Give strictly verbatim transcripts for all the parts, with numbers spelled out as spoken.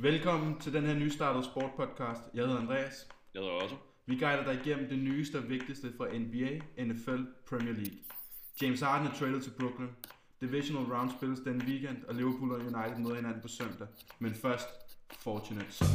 Velkommen til den her nystartede sportpodcast. Jeg hedder Andreas. Jeg hedder også. Vi guider dig igennem det nyeste og vigtigste fra N B A, N F L, Premier League. James Harden er traded til Brooklyn. Divisional round spilles den weekend, og Liverpool og United møder hinanden på søndag. Men først, Fortunate Son.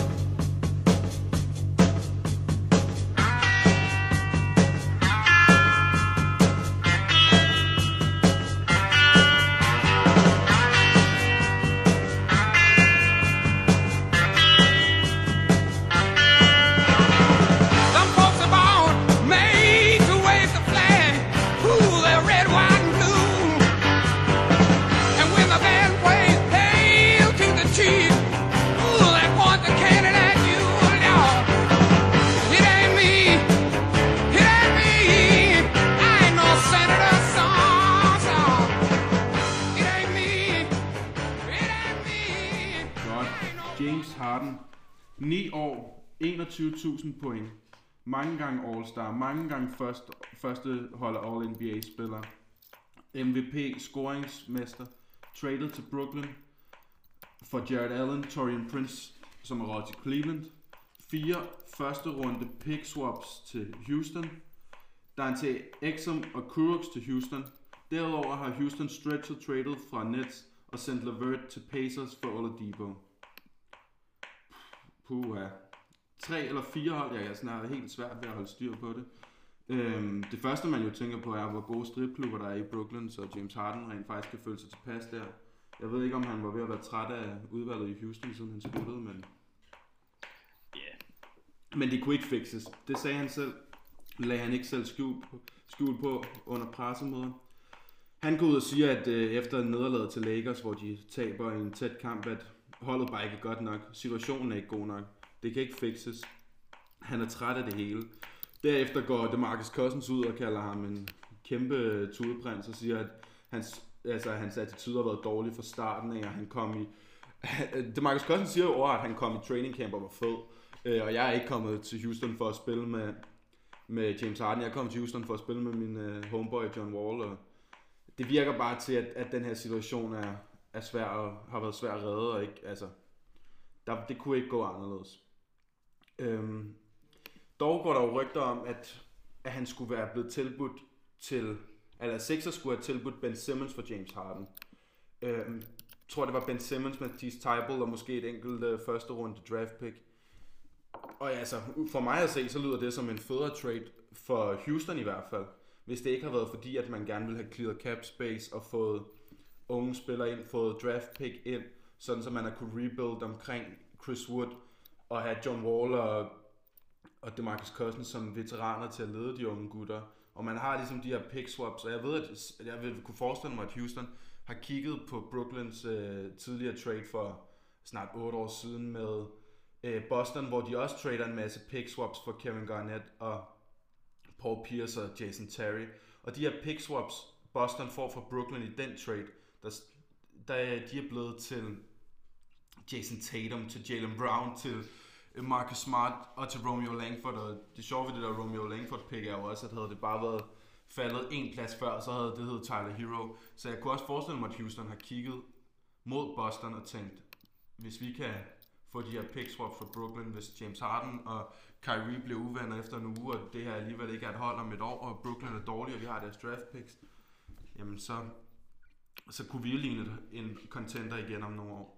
ni år, enogtyve tusind point, mange gange All-Star, mange gange første, første hold af All N B A-spiller, M V P, scoringsmester, traded til Brooklyn for Jared Allen, Taurean Prince, som er råd til Cleveland, fire første runde pick swaps til Houston, Dante Exum og Kurucs til Houston. Derudover har Houston stretchet traded fra Nets og sendt LeVert til Pacers for Oladipo. Puha. Tre eller fire hold, jeg er snart helt svært ved at holde styr på det. Øhm, det første man jo tænker på er, hvor gode stripklubber der er i Brooklyn, så James Harden rent faktisk kan føle sig tilpas der. Jeg ved ikke, om han var ved at være træt af udvalget i Houston, siden han spillede, men... Yeah. Men det kunne ikke fixes. Det sagde han selv. Lagde han ikke selv skjul på, skjul på under pressemøder. Han går ud og siger, at øh, efter nederlaget til Lakers, hvor de taber i en tæt kamp, at holdet bare ikke er godt nok. Situationen er ikke god nok. Det kan ikke fixes. Han er træt af det hele. Derefter går DeMarcus Cousins ud og kalder ham en kæmpe tudeprins og siger, at hans, altså, hans attitude har været dårlig fra starten af, og han kom i... DeMarcus Cousins siger jo over, at han kom i training camp og var fed. Og jeg er ikke kommet til Houston for at spille med, med James Harden. Jeg er kommet til Houston for at spille med min homeboy John Wall. Og det virker bare til, at, at den her situation er... er svær og har været svær at redde, og ikke, altså, der, det kunne ikke gå anderledes. Øhm, dog går der jo rygter om, at, at han skulle være blevet tilbudt til, eller Sixers skulle have tilbudt Ben Simmons for James Harden. Øhm, jeg tror, det var Ben Simmons, Matisse Thybulle og måske et enkelt uh, første runde draft pick. Og ja, altså, for mig at se, så lyder det som en federe trade for Houston i hvert fald, hvis det ikke har været fordi, at man gerne ville have clearet cap space og fået unge spillere ind, fået draft pick ind, sådan så man har kunne rebuild omkring Chris Wood og have John Wall og, og DeMarcus Cousins som veteraner til at lede de unge gutter. Og man har ligesom de her pick swaps, og jeg ved, at jeg vil kunne forestille mig, at Houston har kigget på Brooklyns øh, tidligere trade for snart otte år siden med øh, Boston, hvor de også trader en masse pick swaps for Kevin Garnett og Paul Pierce og Jason Terry. Og de her pick swaps, Boston får fra Brooklyn i den trade, der, der de er blevet til Jason Tatum, til Jaylen Brown, til Marcus Smart og til Romeo Langford. Og det sjove ved det der Romeo Langford pick er jo også, at havde det bare været faldet en plads før, så havde det heddet Tyler Hero. Så jeg kunne også forestille mig, at Houston har kigget mod Boston og tænkt, hvis vi kan få de her pick swaps fra Brooklyn, hvis James Harden og Kyrie bliver uvenner efter en uge, og det her alligevel ikke er et hold om et år, og Brooklyn er dårlige, og vi har deres draft picks, jamen så, så kunne vi jo ligne en contender igen om nogle år.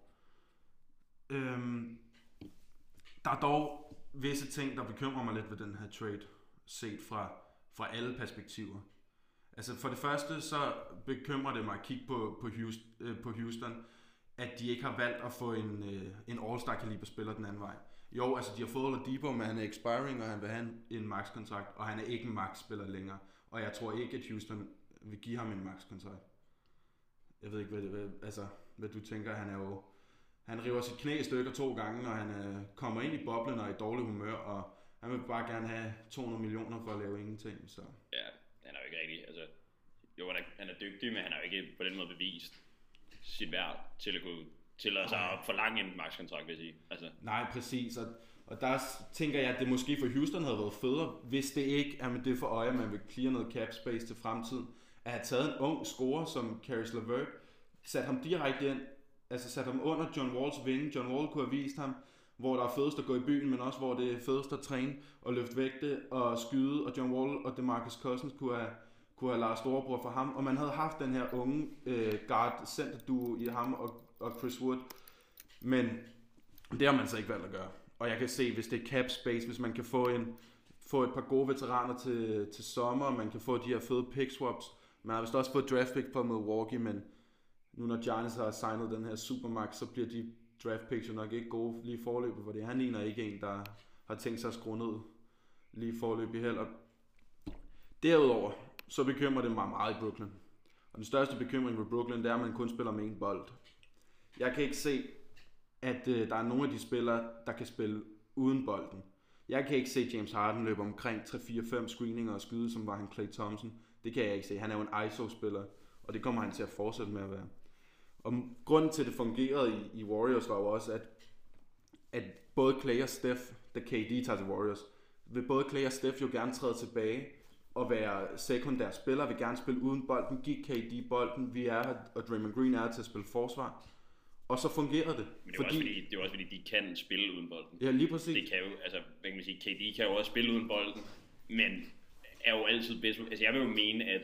Øhm, der er dog visse ting, der bekymrer mig lidt ved den her trade, set fra, fra alle perspektiver. Altså for det første, så bekymrer det mig at kigge på, på, Houston, øh, på Houston, at de ikke har valgt at få en, øh, en all-star kaliber spiller den anden vej. Jo, altså de har fået Oladipo, men han er expiring, og han vil have en, en max-kontrakt, og han er ikke en max-spiller længere. Og jeg tror ikke, at Houston vil give ham en max-kontrakt. Jeg ved ikke, hvad, det, hvad, altså, hvad du tænker. Han er jo... Han river sit knæ i stykker to gange, og han øh, kommer ind i boblen og er i dårlig humør, og han vil bare gerne have to hundrede millioner for at lave ingenting. Så. Ja, han er jo ikke rigtig... Altså, jo, han er, han er dygtig, men han har jo ikke på den måde bevist sit værd til at kunne tillade sig at forlange en max-kontrakt, vil jeg sige. Altså. Nej, præcis. Og, og der tænker jeg, at det måske for Houston havde været federe, hvis det ikke er med det for øje, at man vil clear noget cap space til fremtiden. At have taget en ung scorer som Caris LeVert, sat ham direkte ind, altså sat ham under John Walls vinge. John Wall kunne have vist ham, hvor der er fedest at gå i byen, men også hvor det er fedest at træne og løfte vægte og skyde, og John Wall og DeMarcus Cousins kunne have, kunne have lavet storebror for ham, og man havde haft den her unge øh, guard center duo i ham og, og Chris Wood, men det har man så ikke valgt at gøre. Og jeg kan se, hvis det er cap space, hvis man kan få, en, få et par gode veteraner til, til sommer, man kan få de her fede pick swaps, man har vist også fået draft pick på Milwaukee, men nu når Giannis har signet den her supermax, så bliver de draft picks jo nok ikke gode lige forløbet, fordi han ligner ikke en, der har tænkt sig at skrue ned lige forløbet heller. Derudover, så bekymrer det mig meget i Brooklyn. Og den største bekymring ved Brooklyn, det er, at man kun spiller med en bold. Jeg kan ikke se, at øh, der er nogen af de spillere, der kan spille uden bolden. Jeg kan ikke se James Harden løbe omkring tre fire fem screeninger og skyde, som var han Klay Thompson. Det kan jeg ikke se. Han er jo en I S O-spiller, og det kommer han til at fortsætte med at være. Og grunden til, at det fungerede i, i Warriors, var jo også, at, at både Klay og Steph, da K D tager til Warriors, vil både Klay og Steph jo gerne træde tilbage og være sekundære spillere, vil gerne spille uden bolden, give K D bolden, vi er her, og Draymond Green er til at spille forsvar. Og så fungerede det. Men det er, fordi, også fordi, det er også fordi, de kan spille uden bolden. Ja, lige præcis. Det kan jo, altså, hvad kan man sige, K D kan jo også spille uden bolden, men er jo altid bedst. Altså, jeg vil jo mene, at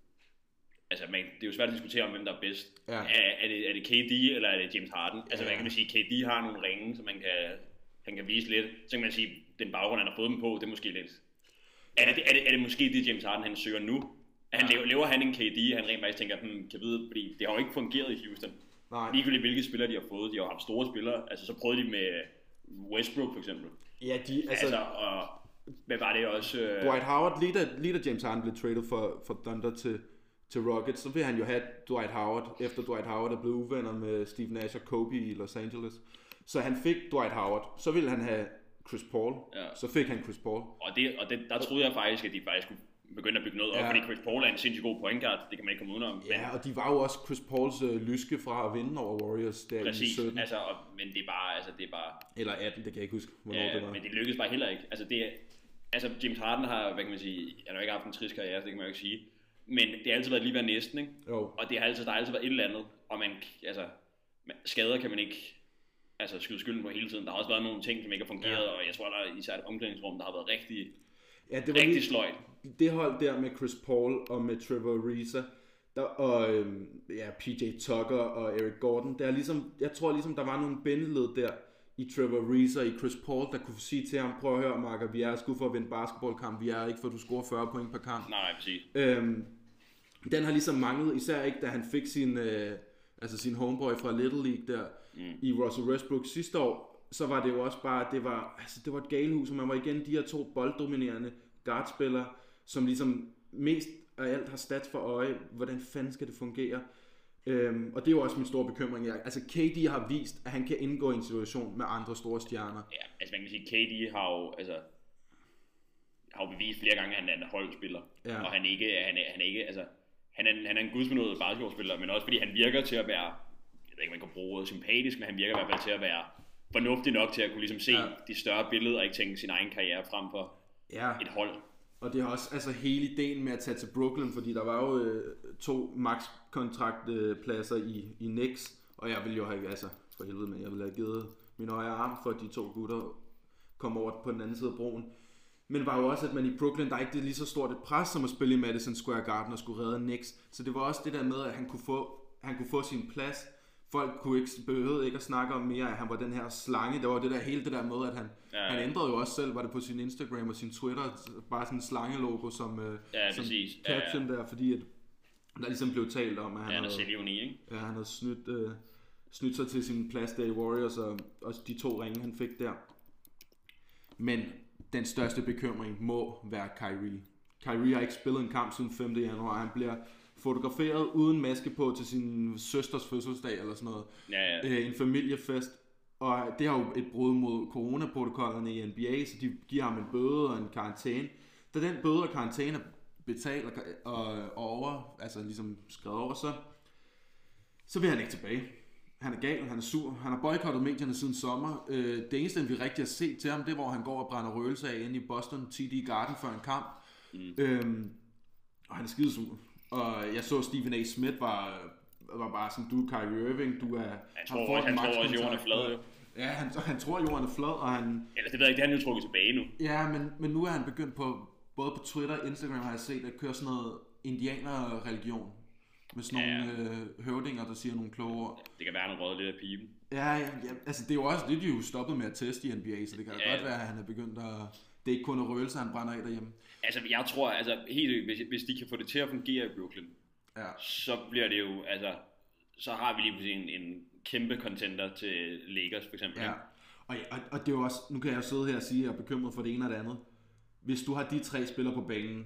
altså, man, det er jo svært at diskutere om, hvem der er bedst. Ja. Er, er, det, er det K D, eller er det James Harden? Altså, ja. Hvad kan man sige, K D har nogle ringe, så man kan, han kan vise lidt. Så kan man sige, den baggrund, han har fået dem på, det er måske lidt. Er det, er det, er det måske det, James Harden han søger nu? Han ja. lever, lever han en K D, han rent faktisk tænker, hmm, kan vide, fordi det har jo ikke fungeret i Houston. Nej. Ligegyldigt hvilke spillere de har fået, de har jo haft store spillere. Altså, så prøvede de med Westbrook for eksempel. Ja, de, altså... altså og hvad var det også? Øh... Dwight Howard, lige da, lige da James Harden blev traded for, for Thunder til, til Rockets, så vil han jo have Dwight Howard, efter Dwight Howard er blevet uvenner med Steve Nash og Kobe i Los Angeles. Så han fik Dwight Howard, så ville han have Chris Paul, ja. Så fik han Chris Paul. Og, det, og det, der troede jeg faktisk, at de faktisk skulle begynde at bygge noget op, ja. Fordi Chris Paul er en sindssygt god point guard, det kan man ikke komme udenom. Ja, men... og de var jo også Chris Pauls øh, lyske fra at vinde over Warriors der præcis, i sytten. altså, og, men det er bare, altså det er bare... Eller atten, det kan jeg ikke huske, hvornår ja, det var. Men det lykkedes bare heller ikke. Altså, det er, altså James Harden har, hvad kan man sige, han har jo ikke haft en trist karriere, det kan man jo ikke sige. Men det har altid været lige ved næsten, ikke? Jo. Og det har altid, der har altid været et eller andet, og man, altså, skader kan man ikke altså, skyde skylden på hele tiden. Der har også været nogle ting, som ikke har fungeret, ja. Og jeg tror, der er især et omklædningsrum, der har været rigtig... Ja, det var rigtig sløjt. Det hold der med Chris Paul og med Trevor Ariza der, og øhm, ja, P J Tucker og Eric Gordon, der er ligesom, jeg tror ligesom der var nogle bindeled der i Trevor Ariza og i Chris Paul, der kunne sige til ham, prøv at høre Marker, vi er sgu for at vinde basketballkamp, vi er ikke for at du scorer fyrre point per kamp. Nej, præcis. Øhm, den har ligesom manglet, især ikke da han fik sin, øh, altså sin homeboy fra Little League der mm. i Russell Westbrook sidste år. Så var det jo også bare, det var, altså det var et galehus, og man var igen de her to bolddominerende guardspillere, som ligesom mest af alt har stats for øje, hvordan fanden skal det fungere. Øhm, og det er jo også min store bekymring. Jeg, altså K D har vist, at han kan indgå i en situation med andre store stjerner. Ja, altså man kan sige, K D har jo, altså, har jo bevist flere gange, at han er en holdspiller. Ja. Og han ikke, han er, han er ikke, altså, han er, han er en gudsbenådet basketballspiller, men også fordi han virker til at være, jeg ved ikke, man kan bruge ordet sympatisk, men han virker i hvert fald til at være fornuftig nok til at kunne ligesom se ja. De større billeder og ikke tænke sin egen karriere frem for ja. Et hold. Og det har også altså hele ideen med at tage til Brooklyn, fordi der var jo øh, to max-kontraktpladser øh, i, i Knicks, og jeg ville jo have, altså for helvede, men jeg ville have givet min højre arm for, at de to gutter kom over på den anden side af broen. Men var jo også, at man i Brooklyn, der er ikke det lige så stort et pres, som at spille i Madison Square Garden og skulle redde Knicks. Så det var også det der med, at han kunne få, han kunne få sin plads. Folk kunne ikke, behøvede ikke at snakke om mere, at han var den her slange. Det var det der hele det der med, at han, ja, ja. Han ændrede jo også selv, var det på sin Instagram og sin Twitter, bare sådan en slangelogo som, ja, som caption ja, ja. Der, fordi at der ligesom blev talt om, at han, ja, havde, selvjoni, ikke? Ja, han havde snydt, øh, snydt sig til sin plads der i Warriors, og også de to ringe, han fik der. Men den største bekymring må være Kyrie. Kyrie har ikke spillet en kamp siden femte januar, han bliver fotograferet uden maske på til sin søsters fødselsdag eller sådan noget. Ja, ja. Øh, en familiefest. Og det har jo et brud mod coronaprotokollerne i N B A, så de giver ham en bøde og en karantæne. Da den bøde og karantæne er betalt og, og over, altså ligesom skrevet over, så, så vil han ikke tilbage. Han er gal, han er sur. Han har boykottet medierne siden sommer. Øh, det eneste, vi rigtig har set til ham, det er, hvor han går og brænder røgelse af inde i Boston T D Garden før en kamp. Mm. Øhm, og han er skidesur. Og jeg så Stephen A. Smith var, var bare sådan, du er Kyrie Irving, du er... Han tror også, han tror også, jorden er flad, jo. Ja, han, han tror, jorden er flad, og han... Eller det ved jeg ikke, det har han jo trukket tilbage nu. Ja, men, men nu er han begyndt på, både på Twitter og Instagram har jeg set, at køre sådan noget indianerreligion. Med sådan ja, ja. nogle øh, høvdinger, der siger nogle kloge ord. Det kan være, han har røget lidt af piben. Ja, ja, ja, altså det er jo også det, de jo stoppet med at teste i N B A, så det kan ja, godt være, at han er begyndt at... Det er ikke kun at røgelse, han brænder af derhjemme. Altså, jeg tror, altså, helt, hvis, hvis de kan få det til at fungere i Brooklyn, ja. så bliver det jo, altså, så har vi lige pludselig en, en kæmpe contender til Lakers, for eksempel. Ja, og, og, og det er jo også, nu kan jeg sidde her og sige, at jeg er bekymret for det ene og det andet. Hvis du har de tre spillere på banen,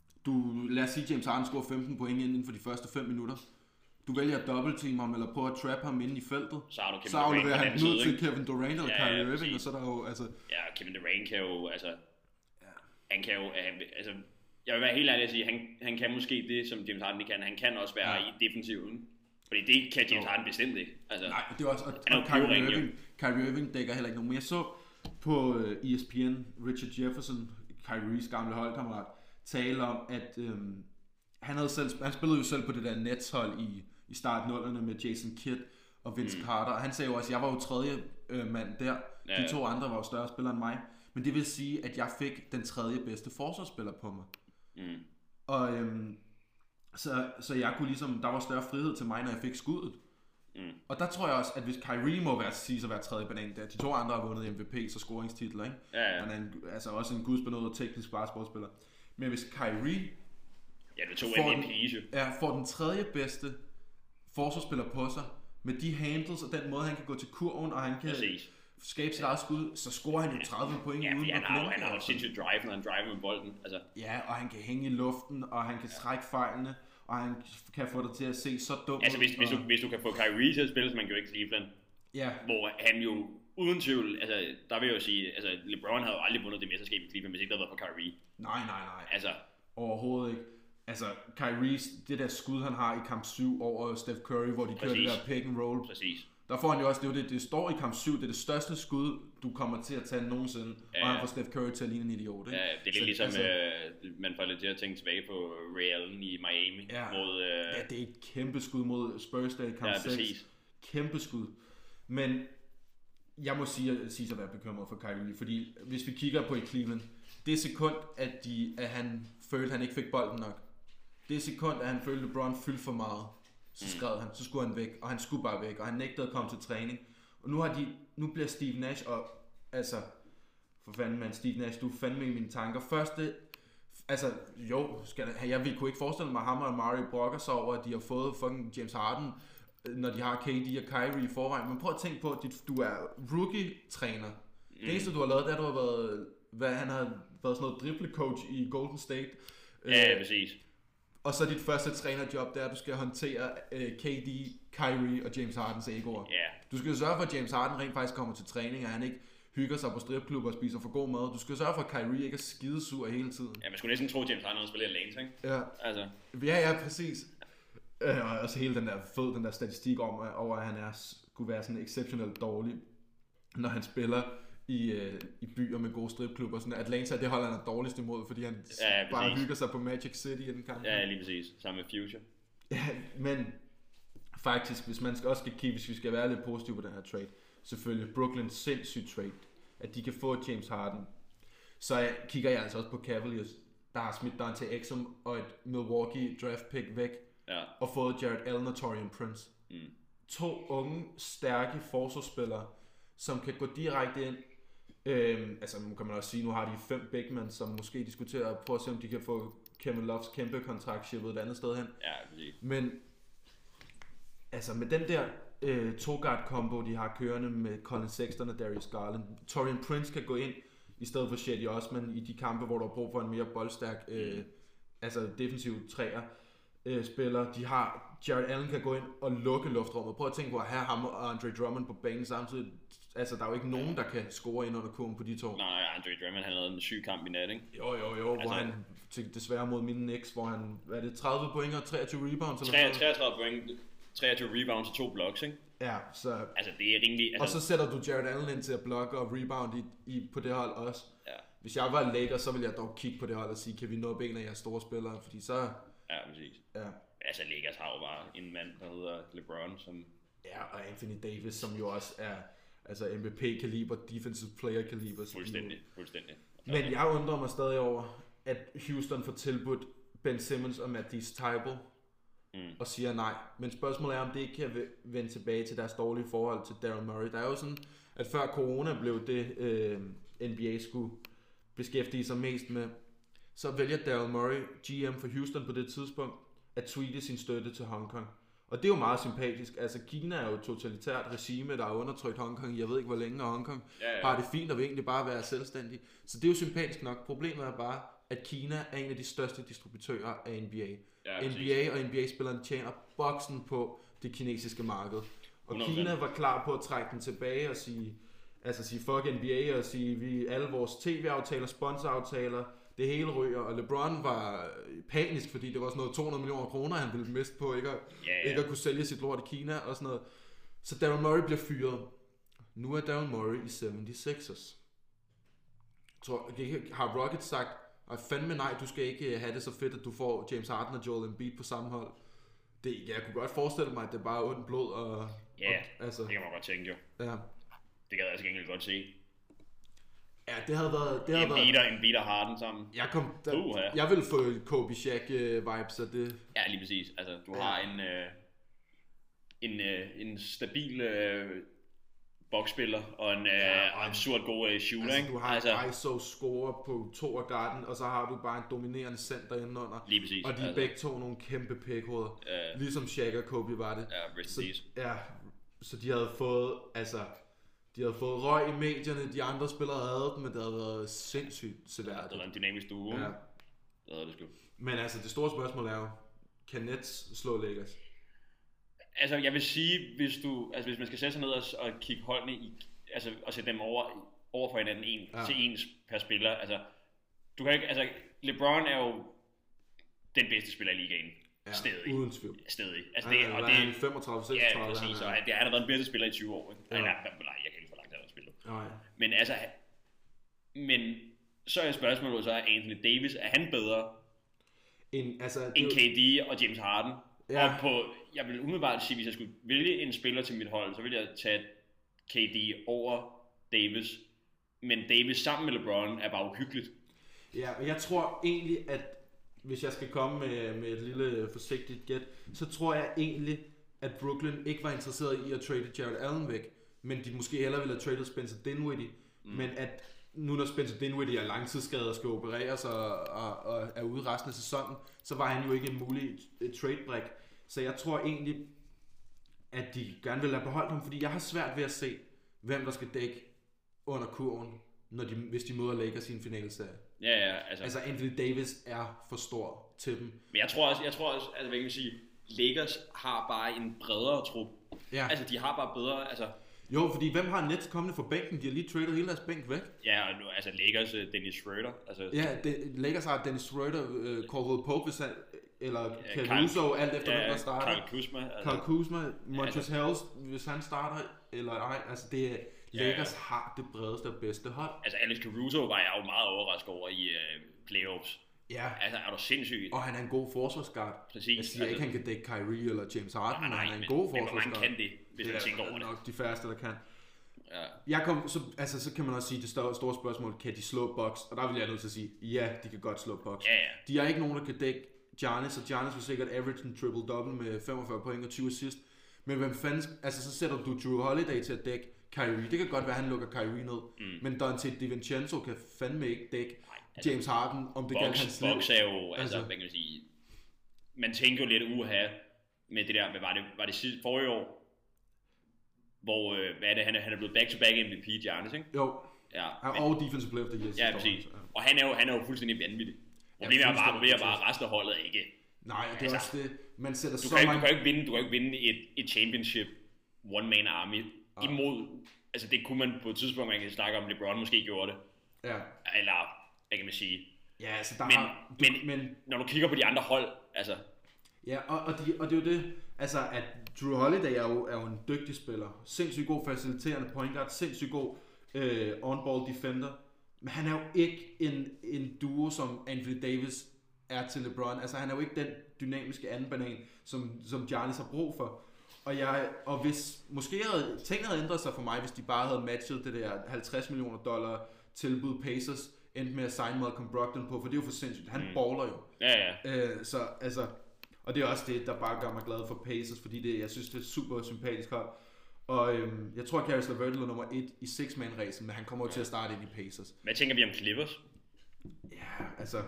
du, lad os sige, James Harden scorer femten point inden for de første fem minutter. Du vælger at dobbeltteam ham, eller prøve at trappe ham inde i feltet. Så har du Kevin så Durant afleverer han ud til Kevin Durant eller ja, Kyrie ja, Irving, og så er der jo, altså... Ja, Kevin Durant kan jo, altså... Ja. Han kan jo, han, altså... Jeg vil være helt ærlig at sige, han, han kan måske det, som James Harden kan. Han kan også være ja. i defensiven. Fordi det kan James Harden bestemt ikke. Altså, nej, det er også... Og, og Kyrie, Irving, Kyrie Irving dækker heller ikke nogen. Men jeg så på E S P N, Richard Jefferson, Kyries gamle holdkammerat, tale om, at øhm, han, havde selv, han spillede jo selv på det der Nets-hold i, i startnullerne med Jason Kidd og Vince mm. Carter. Og han sagde jo også, at jeg var jo tredje øh, mand der. Ja. De to andre var jo større spillere end mig. Men det vil sige, at jeg fik den tredje bedste forsvarsspiller på mig. Mm. Og øhm, så, så jeg kunne ligesom, der var større frihed til mig, når jeg fik skuddet. Mm. Og der tror jeg også, at hvis Kyrie må være, sige at være tredje banan der, de to andre har vundet M V P, så scoringstitler, ikke? Ja, ja. Han er en, altså også en gudsbenået teknisk basketballspiller. Men hvis Kyrie ja, det tog får, den, ja, får den tredje bedste forsvarsspiller på sig, med de handles og den måde, han kan gå til kurven, og han kan præcis. skabe sit eget skud, så scorer han jo tredive point ja, uden at blinde. Han har jo sindssygt drive, når han driver med bolden. Altså. Ja, og han kan hænge i luften, og han kan trække fejlene, og han kan få dig til at se så dumt altså, hvis, ud. hvis, du, hvis du kan få Kyrie til at spille, som man gjorde ikke Cleveland, ja. hvor han jo uden tvivl, altså der vil jeg jo sige, altså LeBron havde jo aldrig vundet det mesterskab i Cleveland, hvis ikke der havde været for Kyrie. Nej, nej, nej. Altså. Overhovedet ikke. Altså, Kyrie, det der skud, han har i kamp syv over Steph Curry, hvor de kører det der pick and roll. Præcis. Der får han jo også, det, det, det står i kamp syv, det er det største skud, du kommer til at tage nogensinde, ja, og han får Steph Curry til at ligne en idiot, ikke? Ja, det er lidt så, ligesom, altså, øh, man får lidt til at tænke tilbage på Ray Allen i Miami. Ja, mod, øh, ja, det er et kæmpe skud mod Spurs der i kamp ja, seks. Præcis. Kæmpe skud. Men jeg må sige, sige at være bekymret for Kyrie, fordi hvis vi kigger på i Cleveland, det sekund, at, de, at han følte, at han ikke fik bolden nok, det sekund, at han følte, at LeBron fyldte for meget, så skrev han, så skulle han væk, og han skulle bare væk, og han nægtede at komme til træning. Og nu har de, nu bliver Steve Nash, og altså, for fanden man, Steve Nash, du er fandme i mine tanker. Første, altså, jo, skal, jeg vil, kunne ikke forestille mig, at ham og Mario brokker sig over, at de har fået fucking James Harden, når de har K D og Kyrie i forvejen. Men prøv at tænke på, at du er rookie-træner. Mm. Det eneste, du har lavet, det er, at du har været, hvad, han har været sådan noget dribble-coach i Golden State. Ja, øh, præcis. Og så dit første trænerjob, det er, at du skal håndtere uh, K D, Kyrie og James Hardens egoer. Yeah. Du skal sørge for, at James Harden rent faktisk kommer til træning, og han ikke hygger sig på stripklubber og spiser for god mad. Du skal sørge for, at Kyrie ikke er skidesur hele tiden. Ja, man skulle næsten tro, at James Harden havde spillet alene, ikke? Ja. Altså. Ja, ja, præcis. Øh, og også hele den der fed, den der statistik om, over at han er, skulle være sådan exceptionelt dårlig, når han spiller i, øh, i byer med gode stripklubber. Sådan Atlanta, det holder han er dårligst imod, fordi han ja, bare hygger sig på Magic City i den kamp. Ja, lige præcis. Sammen med Future. Ja, men faktisk, hvis man skal også skal kigge, hvis vi skal være lidt positive på den her trade, selvfølgelig Brooklyn sindssygt trade, at de kan få James Harden. Så jeg, kigger jeg altså også på Cavaliers, der har smidt Dante Exum og et Milwaukee draft pick væk, ja. Og fået Jared Allen og Taurean Prince. Mm. To unge, stærke forsvarsspillere, som kan gå direkte ind. Øhm, altså nu kan man også sige, nu har de fem bigmen, som måske diskuterer på at se, om de kan få Kevin Loves kæmpe kontrakt shippet et andet sted hen. Ja, præcis. Men altså med den der øh, to-guard combo, de har kørende med Colin Sexton og Darius Garland, Taurean Prince kan gå ind i stedet for Cedi Osman i de kampe, hvor der er brug for en mere boldstærk, øh, mm. altså defensiv træer. Øh, spiller. De har, Jared Allen kan gå ind og lukke luftrummet. Prøv at tænke på at have ham og Andre Drummond på banen samtidig. Altså, der er jo ikke nogen, der kan score ind under kurven på de to. Nej, Andre Drummond, han havde en syg kamp i nat, ikke? Jo, jo, jo, altså, hvor han desværre mod mine Knicks, hvor han, hvad er det, tredive point og treogtyve rebounds? Eller treogtredive point, treogtyve rebounds og to blocks, ikke? Ja, så... Altså, det er rimelig... Altså... Og så sætter du Jared Allen ind til at blokke og rebound i, i, på det hold også. Ja. Hvis jeg var Lakers, så ville jeg dog kigge på det hold og sige, kan vi nå ben af jeres store spillere? Fordi så... Ja, præcis. Ja. altså Lakers har jo bare en mand, der hedder LeBron, som... Ja, og Anthony Davis, som jo også er altså M V P-kaliber, defensive player-kaliber. Fuldstændig, fuldstændig. Men jeg undrer mig stadig over, at Houston får tilbudt Ben Simmons og Matisse Thybulle, mm. og siger nej. Men spørgsmålet er, om det ikke kan vende tilbage til deres dårlige forhold til Daryl Morey. Der er jo sådan, at før corona blev det, øh, N B A skulle beskæftige sig mest med, så vælger Daryl Morey, G M for Houston på det tidspunkt, at tweete sin støtte til Hong Kong. Og det er jo meget sympatisk. Altså Kina er jo et totalitært regime, der har undertrykt Hongkong. Jeg ved ikke hvor længe, og Hongkong ja, ja. har det fint og vil egentlig bare være selvstændig. Så det er jo sympatisk nok. Problemet er bare, at Kina er en af de største distributører af N B A. Ja, N B A og N B A-spillerne tjener boksen på det kinesiske marked. Og hundrede procent. Kina var klar på at trække den tilbage og sige, altså sige fuck N B A og sige, vi alle vores tv-aftaler, sponsoraftaler, det hele ryger, og LeBron var panisk, fordi det var sådan noget to hundrede millioner kroner, han ville miste på ikke at, yeah. ikke at kunne sælge sit lort i Kina og sådan noget. Så Daryl Morey bliver fyret. Nu er Daryl Morey i seventy-sixers. Tror, har Rockets sagt, og fandme nej, du skal ikke have det så fedt, at du får James Harden og Joel Embiid på samme hold. Det, jeg kunne godt forestille mig, at det er bare ondt blod. Og, ja, yeah, altså, det kan man godt tænke jo. Ja. Det kan jeg altså ikke godt se. Ja, det havde været... Det havde en beater, en beater Harden sammen. Jeg, kom, der, uh, ja. jeg ville få Kobe Shaq-vibes, så det... Ja, lige præcis. Altså, du ja. har en, øh, en, øh, en stabil øh, boksspiller og en ja, og absurd god øh, shooter, altså, du har altså, en I S O-scorer på to af garden, og så har du bare en dominerende center indenunder. Lige præcis. Og de er altså, begge to nogle kæmpe pækhoveder. Øh, ligesom Shaq og Kobe var det. Ja, så, ja, så de havde fået... altså De havde fået røg i medierne, de andre spillere havde den, men det havde været sindssygt seværdigt. Det var en dynamisk duo. Ja. Det havde det sgu. Men altså, det store spørgsmål er jo, kan Nets slå Lakers? Altså, jeg vil sige, hvis du, altså hvis man skal sætte sig ned og, og kigge holdene i, altså, og sætte dem over, over for hinanden en ja. til ens per spiller, altså, du kan ikke, altså, LeBron er jo den bedste spiller i ligaen. Ja, stedig. Uden tvivl. Stedig. Altså, det, og det er femogtredive seksogtredive. Ja, præcis. Og det har været en bedste spiller i tyve år. Ikke? Ja. Nej, nej, jeg kan ikke for langt, der har spillet. Nej. Men altså, men så er spørgsmålet så, er Anthony Davis, er han bedre en, altså, end K D og James Harden? Ja. Og på, jeg vil umiddelbart sige, hvis jeg skulle vælge en spiller til mit hold, så ville jeg tage K D over Davis. Men Davis sammen med LeBron er bare uhyggeligt. Ja, og jeg tror egentlig, at hvis jeg skal komme med, med et lille forsigtigt gæt, så tror jeg egentlig, at Brooklyn ikke var interesseret i at trade Jared Allen væk, men de måske hellere ville have traded Spencer Dinwiddie, mm. men at nu når Spencer Dinwiddie er langtidsskadet og skal opereres og, og, og er ude resten af sæsonen, så var han jo ikke en mulig trade-brik. Så jeg tror egentlig, at de gerne vil have beholdt ham, fordi jeg har svært ved at se, hvem der skal dække under kurven, når de, hvis de møder Lakers i en finaleserie. Ja, ja, altså. Altså Anthony Davis er for stor til dem. Men jeg tror også, jeg tror også, altså hvad kan man sige, Lakers har bare en bredere trup. Ja. Altså de har bare bedre, altså. Jo, fordi hvem har Nets kommende fra bænken? De har lige traded hele deres bænk væk. Ja, og nu, altså Lakers, Dennis Schroeder. Altså. Ja, de, Lakers har Dennis Schroeder, uh, Caldwell Pope, hvis han, eller ja, Caruso, alt efter ja, hvem der starter. Karl Kuzma. Altså. Karl Kuzma, Montrezl ja, altså. Harrell, hvis han starter, eller ej, altså det er, Lakers ja, ja. har det bredeste og bedste hold. Altså Alex Caruso var jeg jo meget overrasket over i uh, playoffs. Ja. Altså er du sindssygt. Og han er en god forsvarsguard. Præcis. Jeg siger altså, ikke, han kan dække Kyrie eller James Harden, nej, nej, han er en men, god forsvarsguard. Men hvor man kan det, hvis det man tænker over det. Det er nok de færreste, der kan. Ja. Jeg kom, så, altså, så kan man også sige, det store, store spørgsmål, kan de slå Bucks? Og der vil jeg nødt til at sige, ja, de kan godt slå Bucks. Ja, ja. De har ikke nogen, der kan dække Giannis, og Giannis vil sikkert average en triple-double med femogfyrre point og tyve assist. Men hvem fanden, altså så sætter du Drew Holiday til at dække Kyrie. Det kan godt være, at han lukker Kyrie ned. Mm. Men Dante DiVincenzo kan fandme ikke dække Nej, altså, James Harden, om det gælder hans liv. Bucks er jo, altså, altså, hvad kan man sige, man tænker jo lidt uha med det der, hvad var det, var det sidste forrige år? Hvor, øh, hvad er det, han er, han er blevet back-to-back M V P, Giannis, ikke? Jo, ja, men, og defensive player of the year. Ja, præcis. Ja. Og han er jo, han er jo fuldstændig vanvittig. Problemet er bare, at bare resten af holdet ikke. Nej, det er altså, også det. Man sætter du så kan ikke, mange... Du kan ikke vinde, du kan ikke vinde et, et championship one-man army ja. imod... Altså det kunne man på et tidspunkt, man kan snakke om, LeBron måske gjorde det. Ja. Eller, hvad kan man sige? Ja, altså der men, har... Du, men, men når du kigger på de andre hold, altså... Ja, og, og, de, og det er jo det, altså at Drew Holiday er jo, er jo en dygtig spiller. Sindssygt god faciliterende point guard, sindssygt god øh, on-ball defender. Men han er jo ikke en, en duo, som Anthony Davis er til LeBron. Altså han er jo ikke den dynamiske anden banan, som, som Giannis har brug for. Og, jeg, og hvis måske havde tingene havde ændret sig for mig, hvis de bare havde matchet det der halvtreds millioner dollar tilbud Pacers, endte med at signe Malcolm Brogdon på, for det er jo for sindssygt. Han mm. baller jo. Ja, ja. Øh, så altså, og det er også det, der bare gør mig glad for Pacers, fordi det, jeg synes, det er super sympatisk hold. Og øhm, jeg tror, at Caris LeVert er nummer et i six-man-ræsen, men han kommer jo ja. til at starte ind i Pacers. Hvad tænker vi om Clippers? Ja, altså,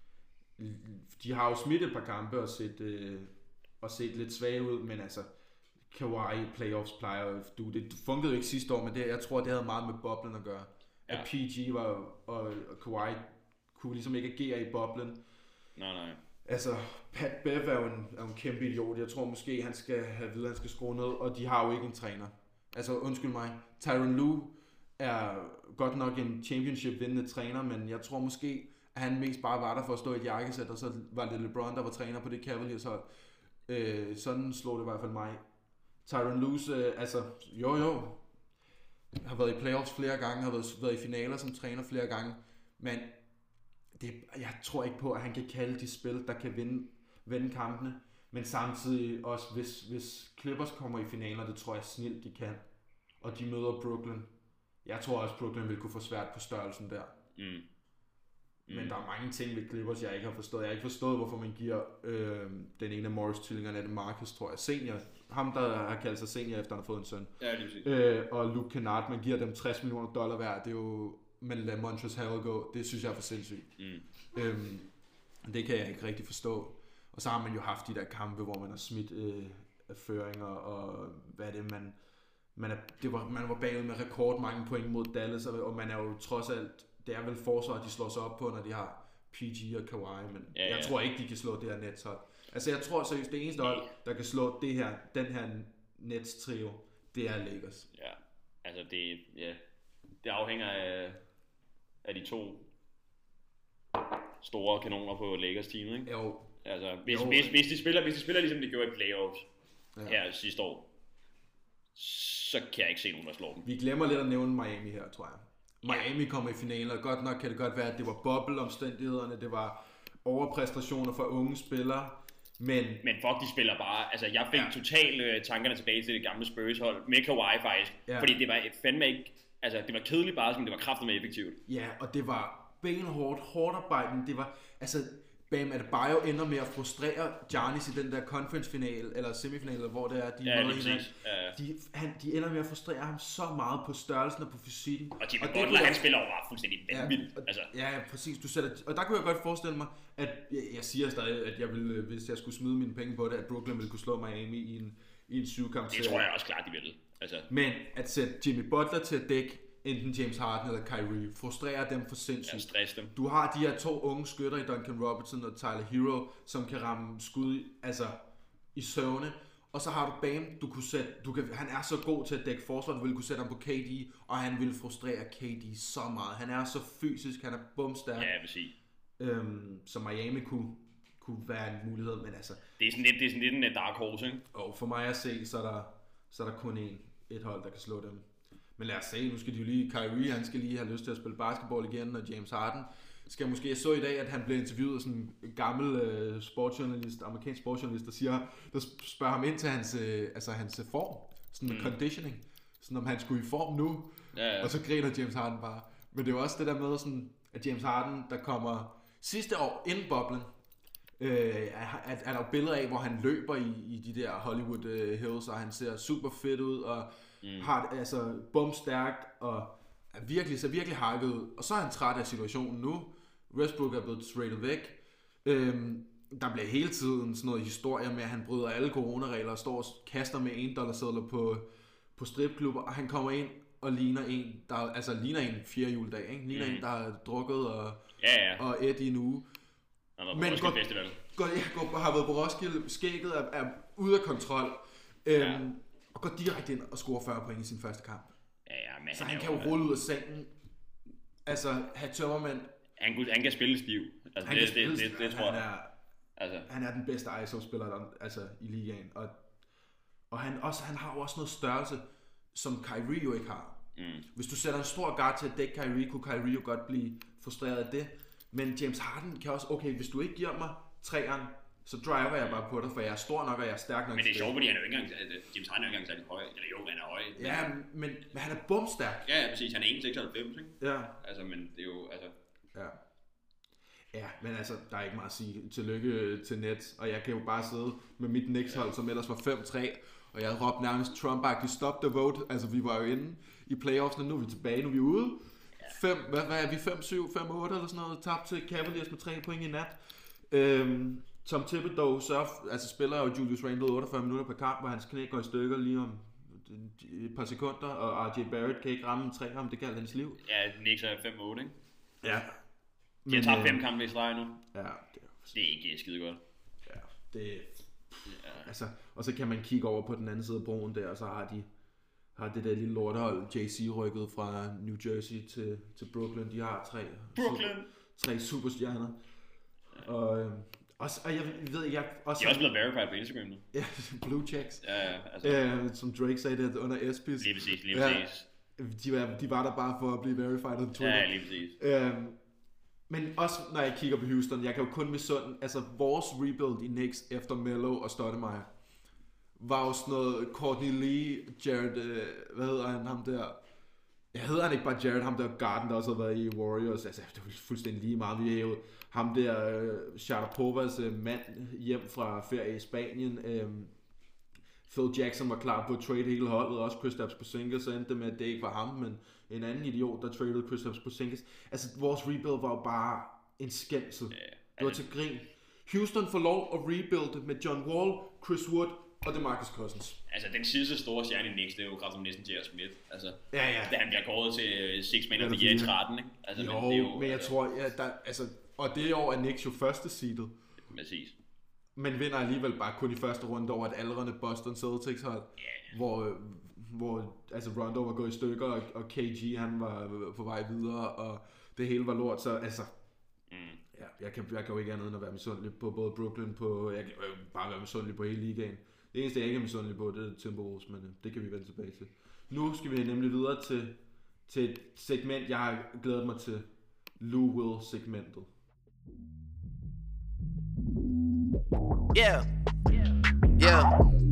de har jo smidt et par kampe og set, øh, og set lidt svage ud, men altså, Kawhi playoffs plejer du, det funkede jo ikke sidste år, men det, jeg tror, det havde meget med boblen at gøre. Ja. At P G var, og, og Kawhi kunne ligesom ikke agere i boblen. Nej, nej. Altså, Pat Bev er jo en, er en kæmpe idiot. Jeg tror måske, han skal have videre, han skal skrue ned, og de har jo ikke en træner. Altså, undskyld mig, Tyronn Lue er godt nok en championship-vindende træner, men jeg tror måske, at han mest bare var der for at stå i et jakkesæt, og så var det LeBron, der var træner på det Cavaliers hold. Øh, sådan slog det i hvert fald mig. Tyronn Lue, øh, altså, jo jo, har været i playoffs flere gange, har været, været i finaler som træner flere gange, men det, jeg tror ikke på, at han kan kalde de spil, der kan vinde, vinde kampene, men samtidig også, hvis, hvis Clippers kommer i finaler, det tror jeg snilt, de kan, og de møder Brooklyn. Jeg tror også, Brooklyn vil kunne få svært på størrelsen der. Mm. Mm. Men der er mange ting ved Clippers, jeg ikke har forstået. Jeg har ikke forstået, hvorfor man giver øh, den ene af Morris-tvillingerne, af det Marcus, tror jeg, senior. Ham, der har kaldt sig senior, efter han har fået en søn. Ja, det er præcis. Øh, og Luke Kennard, man giver dem tres millioner dollar hver. Det er jo, man lader Montrezl Harrell gå. Det synes jeg er for sindssygt. Mm. Øhm, det kan jeg ikke rigtig forstå. Og så har man jo haft de der kampe, hvor man har smidt øh, føringer, og hvad er det, man... Man, er, det var, man var bagud med rekord mange point mod Dallas, og man er jo trods alt, det er vel forsvaret, de slår sig op på, når de har P G og Kawhi, men ja, ja. Jeg tror ikke, de kan slå det her Nets hold. Altså jeg tror seriøst, det eneste hold, der kan slå det her, den her Nets trio, det er Lakers. Ja, altså det, ja, det afhænger af, af de to store kanoner på Lakers team, ikke? Jo. Altså hvis, jo. Hvis, hvis, de spiller, hvis de spiller ligesom de gjorde i playoffs ja. Her sidste år, så kan jeg ikke se nogen, der slår dem. Vi glemmer lidt at nævne Miami her, tror jeg. Miami kommer i finaler, godt nok kan det godt være, at det var boble-omstændighederne, det var overpræstationer for unge spillere, men... Men fuck, de spiller bare, altså jeg fik ja. totalt uh, tankerne tilbage til det gamle Spurs-hold, med Kawhi faktisk, ja. Fordi det var fandme ikke, altså det var kedeligt bare, som det var kraftedeme effektivt. Ja, og det var benhårdt, hårdt arbejde, det var, altså... Bam Adebayo ender med at frustrere Giannis i den der conference-final, eller semifinal, hvor det er, de ja, møder hinanden. Ja, ja. De, han, de ender med at frustrere ham så meget på størrelsen og på fysikken. Og Jimmy Butler, han spiller jo bare fuldstændig vanvittigt. Ja, altså. ja, præcis. Du sætter, og der kunne jeg godt forestille mig, at jeg, jeg siger stadig, at jeg ville, hvis jeg skulle smide mine penge på det, at Brooklyn ville kunne slå Miami i en, i en syvkamp. Det tror jeg også klart, de ville. Altså. Men at sætte Jimmy Butler til at dække enten James Harden eller Kyrie, frustrerer dem for sindssygt. Ja, stress dem. Du har de her to unge skytter i Duncan Robinson og Tyler Hero, som kan ramme skud altså, i søvne. Og så har du Bam, du kunne sætte, du kan, han er så god til at dække forsvar, du ville kunne sætte ham på K D, og han ville frustrere K D så meget. Han er så fysisk, han er bumstærk. Ja, jeg vil sige. Øhm, så Miami kunne, kunne være en mulighed, men altså... Det er sådan lidt, det er sådan lidt en dark horse, ikke? Og for mig at se, så er der, så er der kun én, et hold, der kan slå dem. Men lad os se, nu skal de jo lige, Kyrie, han skal lige have lyst til at spille basketball igen, og James Harden skal måske, jeg så i dag, at han blev interviewet af sådan en gammel uh, sportsjournalist, amerikansk sportsjournalist, der siger, der spørger ham ind til hans, uh, altså hans form, sådan mm. conditioning, sådan om han skulle i form nu, ja, ja. Og så griner James Harden bare. Men det er jo også det der med, sådan, at James Harden, der kommer sidste år inden boblen, øh, er, er der jo billeder af, hvor han løber i, i de der Hollywood uh, Hills, og han ser super fedt ud, og mm. har altså bumstærkt, og er virkelig, ser virkelig hakket ud. Og så er han træt af situationen nu. Westbrook er blevet traded væk. Øhm, der bliver hele tiden sådan noget historie med, at han bryder alle coronaregler og står og kaster med en dollar sedler på, på stripklubber, og han kommer ind og ligner en, der altså ligner en fjerde juledag, ikke? Ligner mm. en, der har drukket og, ja, ja. og et i en uge. Han var på Men Roskilde Festival. Går, ja, går, har været på Roskilde, skægget er, er ude af kontrol, øhm, ja. Og går direkte ind og scorer fyrre point i sin første kamp. Ja, ja, men så han, han kan jo rulle ud af sengen, altså have tømmermænd. Han, han kan spille stiv. Altså, han det, kan spille det, det, det, det tror jeg. Er, altså. Han er den bedste I S O-spiller altså, i ligaen. Og, og han, også, han har jo også noget størrelse, som Kyrie jo ikke har. Mm. Hvis du sætter en stor guard til at dække Kyrie, kunne Kyrie jo godt blive frustreret af det. Men James Harden kan også, okay, hvis du ikke giver mig træeren, så driver jeg bare på dig, for jeg er stor nok, og jeg er stærk nok. Men det er sjovt, fordi han er jo ikke engang, James Harden er jo ikke engang særlig høj. Eller jo, han er høj. Men... Ja, men, men han er bumstærk. Ja, ja, præcis. Han er en komma seksoghalvfems, ikke? Ja. Altså, men det er jo, altså... Ja. Ja, men altså, der er ikke meget at sige. Tillykke til Nets, og jeg kan jo bare sidde med mit Knicks-hold, som ellers var fem tre, og jeg råbte nærmest Trump-agtigt stop the vote. Altså, vi var jo inde i playoffsene, nu er vi tilbage, nu er vi ude. Fem, hvad, hvad er vi? fem syv, fem otte eller sådan noget, tabt til Cavaliers med tre point i nat. Øhm, Tom Thibodeau surf, altså spiller jo Julius Randle otteogfyrre minutter per kamp, hvor hans knæ går i stykker lige om et par sekunder, og R J Barrett kan ikke ramme en træer, om det galt hans liv. Ja, Knicks er fem otte, ikke? Ja. De har tabt fem kampe i streg nu. Ja, det er, det er ikke skide godt. Ja, det ja. Altså, og så kan man kigge over på den anden side af broen der, og så har de har det der lille lortehold, J C rykket fra New Jersey til, til Brooklyn. De har tre, Brooklyn. Super, tre superstjerner. Ja. Og, øh, også, og jeg ved, jeg også... De er også blevet verified på Instagram nu. Ja, blue checks. Ja, ja, altså. Øh, som Drake sagde det under Espis. Lige præcis, lige præcis. Ja, de, var, de var der bare for at blive verified på Twitter. Ja, lige præcis. Øh, men også når jeg kigger på Houston, jeg kan jo kun misunde, altså vores rebuild i Knicks efter Melo og Stoudemire var jo sådan noget Courtney Lee, Jared, øh, hvad hedder han, ham der, jeg hedder han ikke bare Jared, ham der Garden, der også har været i Warriors, altså det var fuldstændig lige meget, vi er jo ham der, øh, Sharapovas øh, mand hjem fra ferie i Spanien, øh, Phil Jackson var klar på at trade hele holdet, også Kristaps Porzingis, så endte det med, at det ikke var ham, men en anden idiot, der traded Kristaps Porzingis. Altså, vores rebuild var jo bare en skændsel. Yeah, det var til grin. Houston får lov at rebuilde med John Wall, Chris Wood og DeMarcus Cousins. Altså, den sidste store stjerne i Knicks, det er jo kraftigt næsten J R. Smith. Altså, ja, ja. Da han bliver kåret til Six Man of the Year i tretten, ikke? Altså, jo, men, det er jo, men jeg altså... tror, ja, der, altså, og det år er Knicks jo første seedet. Præcis. Men vinder alligevel bare kun i første runde over et aldrende Boston Celtics hold, yeah. hvor, hvor altså Rondo var gået i stykker, og, og K G han var på vej videre, og det hele var lort, så altså, mm. ja, jeg, kan, jeg kan jo ikke andet end at være misundelig på både Brooklyn, på, jeg kan bare være misundelig på hele ligaen. Det eneste jeg ikke er misundelig på, det er Timberwolves, men det kan vi vende tilbage til. Nu skal vi nemlig videre til, til et segment, jeg har glædet mig til, Lou Will segmentet. Yeah, yeah.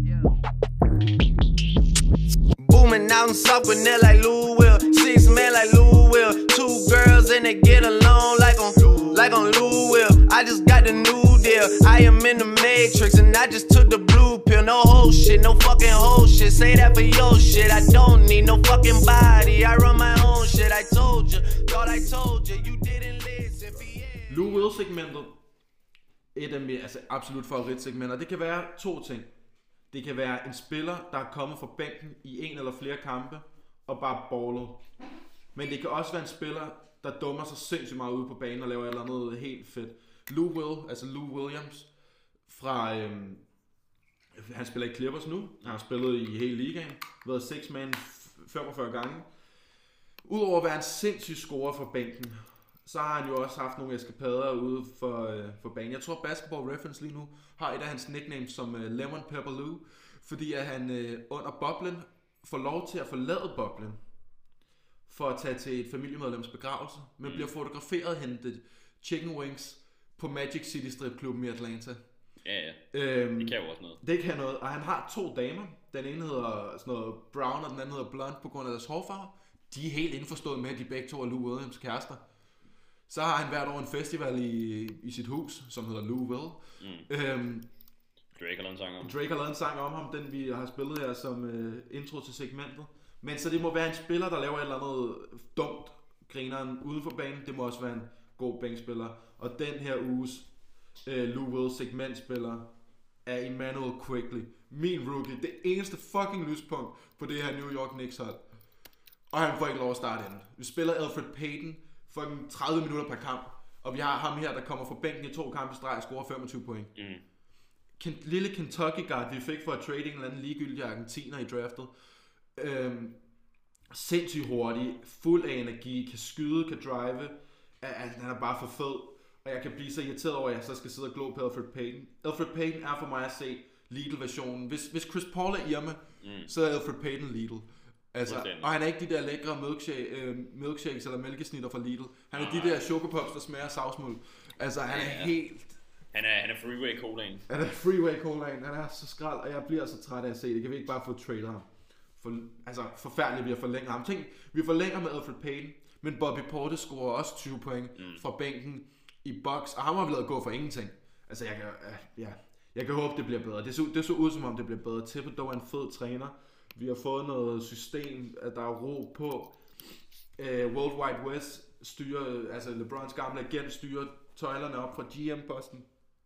Booming out in South Gwinnett like Lou Will. Six men like Lou Will. Two girls and they get along like on like on Lou Will. I just got the new deal. I am in the Matrix and I just took the blue pill. No whole shit, no fucking whole shit. Say that for your shit. I don't need no fucking body. I run my own shit. I told you, thought I told you, you didn't listen. Lou Will segmentet. Et af mine altså absolut favoritsegmenter. Det kan være to ting. Det kan være en spiller, der er kommet fra bænken i en eller flere kampe og bare ballet. Men det kan også være en spiller, der dummer sig sindssygt meget ude på banen og laver et eller andet helt fedt. Lou Will, altså Lou Williams fra øhm, han spiller i Clippers nu. Han har spillet i hele ligaen. Været six man femogfyrre gange. Udover at være en sindssyg scorer fra bænken, så har han jo også haft nogle eskapader ude for, øh, for banen. Jeg tror Basketball Reference lige nu har et af hans nicknames som øh, Lemon Pepper Lou, fordi at han øh, under boblen får lov til at forlade boblen for at tage til et familiemedlems begravelse, men bliver fotograferet hentet chicken wings på Magic City Stripklubben i Atlanta. Ja, ja. Øhm, det kan jo også noget. Det kan noget, og han har to damer. Den ene hedder sådan noget brown, og den anden hedder blond på grund af deres hårfarve. De er helt indforstået med, at de begge to er Lou Williams kærester. Så har han hvert år en festival i, i sit hus, som hedder Lou Will. Mm. Øhm, Drake har lavet en sang om Drake har lavet en sang om ham, den vi har spillet her som uh, intro til segmentet. Men så det må være en spiller, der laver et eller andet dumt grineren uden for banen. Det må også være en god bænkspiller. Og den her uges uh, Lou Will segmentspiller er Emmanuel Quickley. Min rookie. Det eneste fucking lyspunkt på det her New York Knicks hold. Og han får ikke lov at starte inden. Vi spiller Elfrid Payton fucking tredive minutter per kamp. Og vi har ham her, der kommer fra bænken i to kampe i streg og scorer femogtyve point. Mm. Ken, lille Kentucky guard, vi fik for at trade en eller anden ligegyldig argentiner i draftet. Øhm, sindssygt hurtig, fuld af energi, kan skyde, kan drive. Altså, han er bare for fed. Og jeg kan blive så irriteret over, at jeg så skal sidde og glo på Elfrid Payton. Elfrid Payton er for mig at se Lidl-versionen. Hvis, hvis Chris Paul er Irma, mm. så er Elfrid Payton Lidl. Altså, og han er ikke de der lækre milkshake, øh, milkshakes eller mælkesnitter fra Lidl. Han er Nej. de der chokopops, der smager savsmuld. Altså, han er ja, ja. helt... Han er, han er freeway colaen. Han er freeway colaen. Han er så skrald, og jeg bliver så træt af at se det. Kan vi ikke bare få trailer ham? For, altså, forfærdeligt, vi har forlænget ham. Tænk, vi forlænger med Elfrid Payton, men Bobby Portis scorer også tyve point mm. fra bænken i boks, og ham har vi lavet gå for ingenting. Altså, jeg kan, ja, jeg kan håbe, det bliver bedre. Det så, det så ud, som om det bliver bedre. Thibodeau er en fed træner. Vi har fået noget system, at der er ro på. Uh, World Wide West styrer, altså LeBrons gamle agent styrer tøjlerne op fra G M-posten.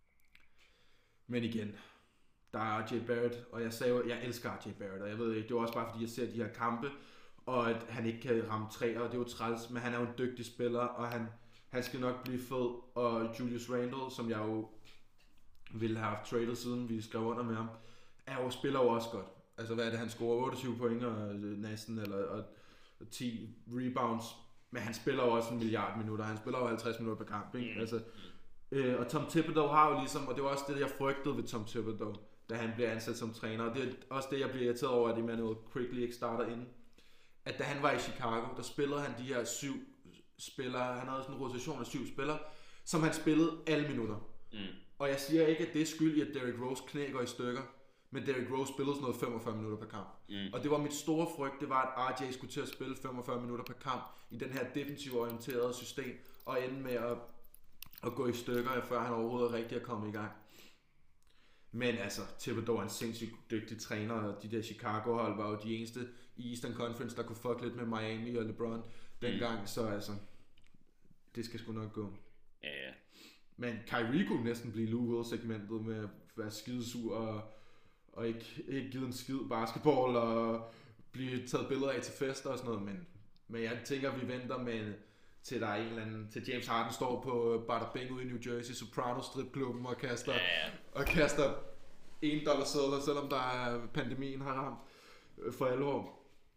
Men igen, der er R J Barrett, og jeg sagde jo, jeg elsker R J Barrett, og jeg ved ikke, det er også bare fordi, jeg ser de her kampe, og at han ikke kan ramme træer, og det er jo træls, men han er jo en dygtig spiller, og han, han skal nok blive fed, og Julius Randle, som jeg jo ville have haft traded siden vi skrev under med ham, er jo, spiller jo også godt. Altså hvad er det, han scorer otteogtyve point og næsten, eller og ti rebounds, men han spiller jo også en milliard minutter, han spiller jo halvtreds minutter per kamp, ikke? Altså, øh, og Tom Thibodeau har jo ligesom, og det var også det, jeg frygtede ved Tom Thibodeau, da han bliver ansat som træner, og det er også det, jeg bliver irriteret over, at Emmanuel Quickley ikke starter inden. At da han var i Chicago, der spillede han de her syv spillere, han havde sådan en rotation af syv spillere, som han spillede alle minutter. Mm. Og jeg siger ikke, at det er skyld i, at Derrick Rose knæ går i stykker, men Derrick Rose spillede sådan noget femogfyrre minutter per kamp. Mm. Og det var mit store frygt, det var, at R J skulle til at spille femogfyrre minutter per kamp i den her defensivt orienterede system, og ende med at, at gå i stykker, før han overhovedet rigtig er kommet i gang. Men altså, Thibodeau er en sindssygt dygtig træner, og de der Chicago-hold var jo de eneste i Eastern Conference, der kunne fuck lidt med Miami og LeBron dengang, mm. så altså, det skal sgu nok gå. Ja, ja. Men Kyrie kunne næsten blive Lou Will-segmentet med at være skidesur og, og ikke, ikke give en skid basketball og blive taget billeder af til fester og sådan noget, men, men jeg tænker, vi venter med til der er en eller anden, til James Harden står på Bada Bing ude i New Jersey, Sopranos stripklubben og kaster, ja, ja. og kaster en dollar sedler, selvom der er pandemien har ramt for alvor.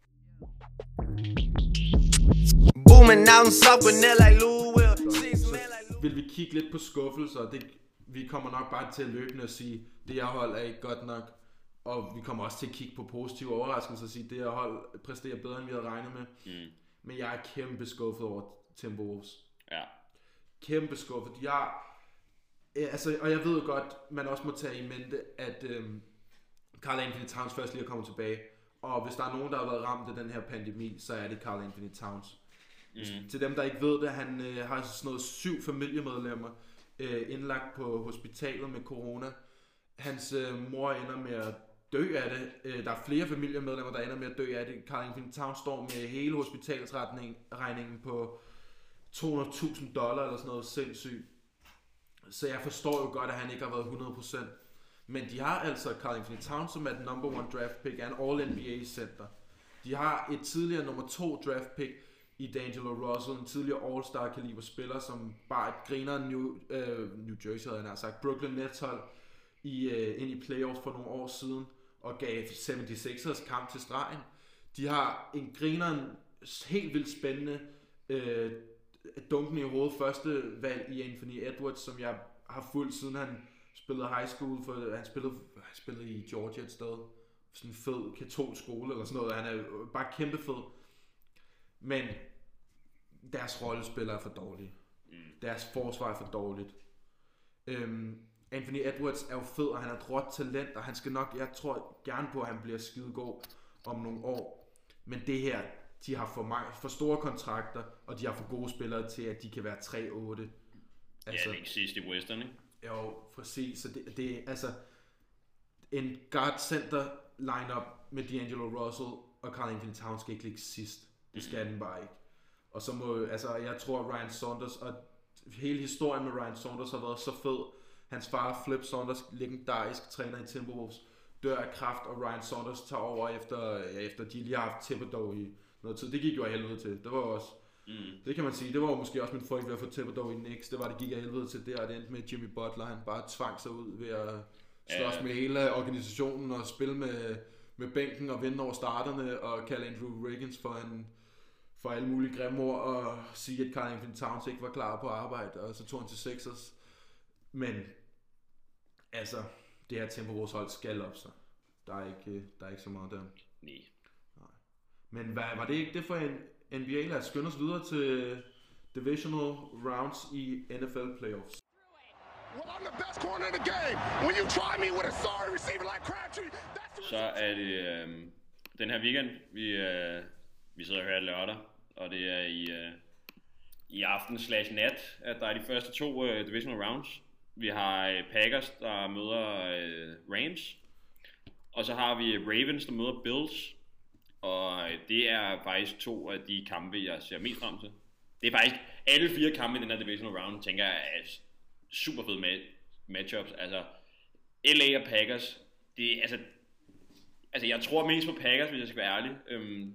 Så vil vi kigge lidt på skuffelser, det, vi kommer nok bare til at løbende og sige, det her hold er ikke godt nok, og vi kommer også til at kigge på positive overraskelser og sige, det her hold præsterer bedre, end vi havde regnet med. Mm. Men jeg er kæmpe skuffet over Timberwolves. Ja. Kæmpe skuffet. De har, øh, altså, og jeg ved jo godt, man også må tage i mente, at øh, Karl Anthony Towns først lige er kommet tilbage. Og hvis der er nogen, der har været ramt af den her pandemi, så er det Karl Anthony Towns. Mm. Til dem, der ikke ved det, han øh, har sådan noget syv familiemedlemmer øh, indlagt på hospitalet med corona. Hans øh, mor ender med at dø af det. Øh, der er flere familiemedlemmer, der ender med at dø af det. Karl Anthony Towns står med hele hospitalsregningen på to hundrede tusind dollar eller sådan noget sindssygt. Så jeg forstår jo godt, at han ikke har været hundrede procent. Men de har altså Karl Anthony Towns, som er den number one draft pick af en All N B A center. De har et tidligere nummer to draft pick i D'Angelo Russell, en tidligere All-Star kaliber spiller, som bare et griner New, øh, New Jersey, havde jeg sagt, Brooklyn Nets hold i, øh, ind i playoffs for nogle år siden, og gav seventy-sixers kamp til stregen. De har en griner, helt vildt spændende øh, dunken i hovedet første valg i Anthony Edwards, som jeg har fulgt siden han spillede high school, for han spillede, han spillede i Georgia et sted, sådan en fed katolsk skole eller sådan noget, han er bare kæmpe fed. Men deres rollespillere er for dårlige. Mm. Deres forsvar er for dårligt. Øhm, Anthony Edwards er jo fed, og han er et råt talent, og han skal nok, jeg tror gerne på, at han bliver skidegod om nogle år. Men det her, de har for, mange, for store kontrakter, og de har for gode spillere til, at de kan være tre otte. Altså, ja, det er ikke sidst i Western, ikke? Jo, præcis. Så det, det er altså en guard center lineup med D'Angelo Russell og Karl Anthony Towns skal ikke ligge sidst. Det skal den bare ikke. Og så må, altså jeg tror at Ryan Saunders, og hele historien med Ryan Saunders har været så fed. Hans far Flip Saunders, legendarisk træner i Timberwolves, dør af kræft, og Ryan Saunders tager over efter, ja, efter de lige har haft Thibodeau i noget tid. Det gik jo af helvede til. Det var også, mm. det kan man sige, det var jo måske også min frygt ved at få Thibodeau i Knicks. Det var, det gik af helvede til der, og det endte med Jimmy Butler. Han bare tvang sig ud ved at slås ja. med hele organisationen og spille med, med bænken og vinde over starterne og kalde Andrew Wiggins for en for alle mulige grimme ord og sige, at Karl Anthony Towns ikke var klar på arbejde, og så tog han til Sixers. Men altså, det her Timberwolves hold skal op sig. Der er ikke, der er ikke så meget der. Nej. Nej. Men hvad, var det ikke det for en N B A? Lad os skynde os videre til divisional rounds i N F L playoffs. Well, I'm the best corner in the game. When you try me with a sorry receiver like Crabtree, that's... Så er det øh, den her weekend, vi, øh, vi sidder her lørdag, og det er i, øh, i aften slash nat, at der er de første to øh, divisional rounds. Vi har øh, Packers, der møder øh, Rams, og så har vi Ravens, der møder Bills, og øh, det er faktisk to af de kampe, jeg ser mest frem til. Det er faktisk alle fire kampe i den her divisional round, tænker jeg, er super fede ma- matchups. Altså, L A og Packers, det altså, altså jeg tror mest på Packers, hvis jeg skal være ærlig. Øhm,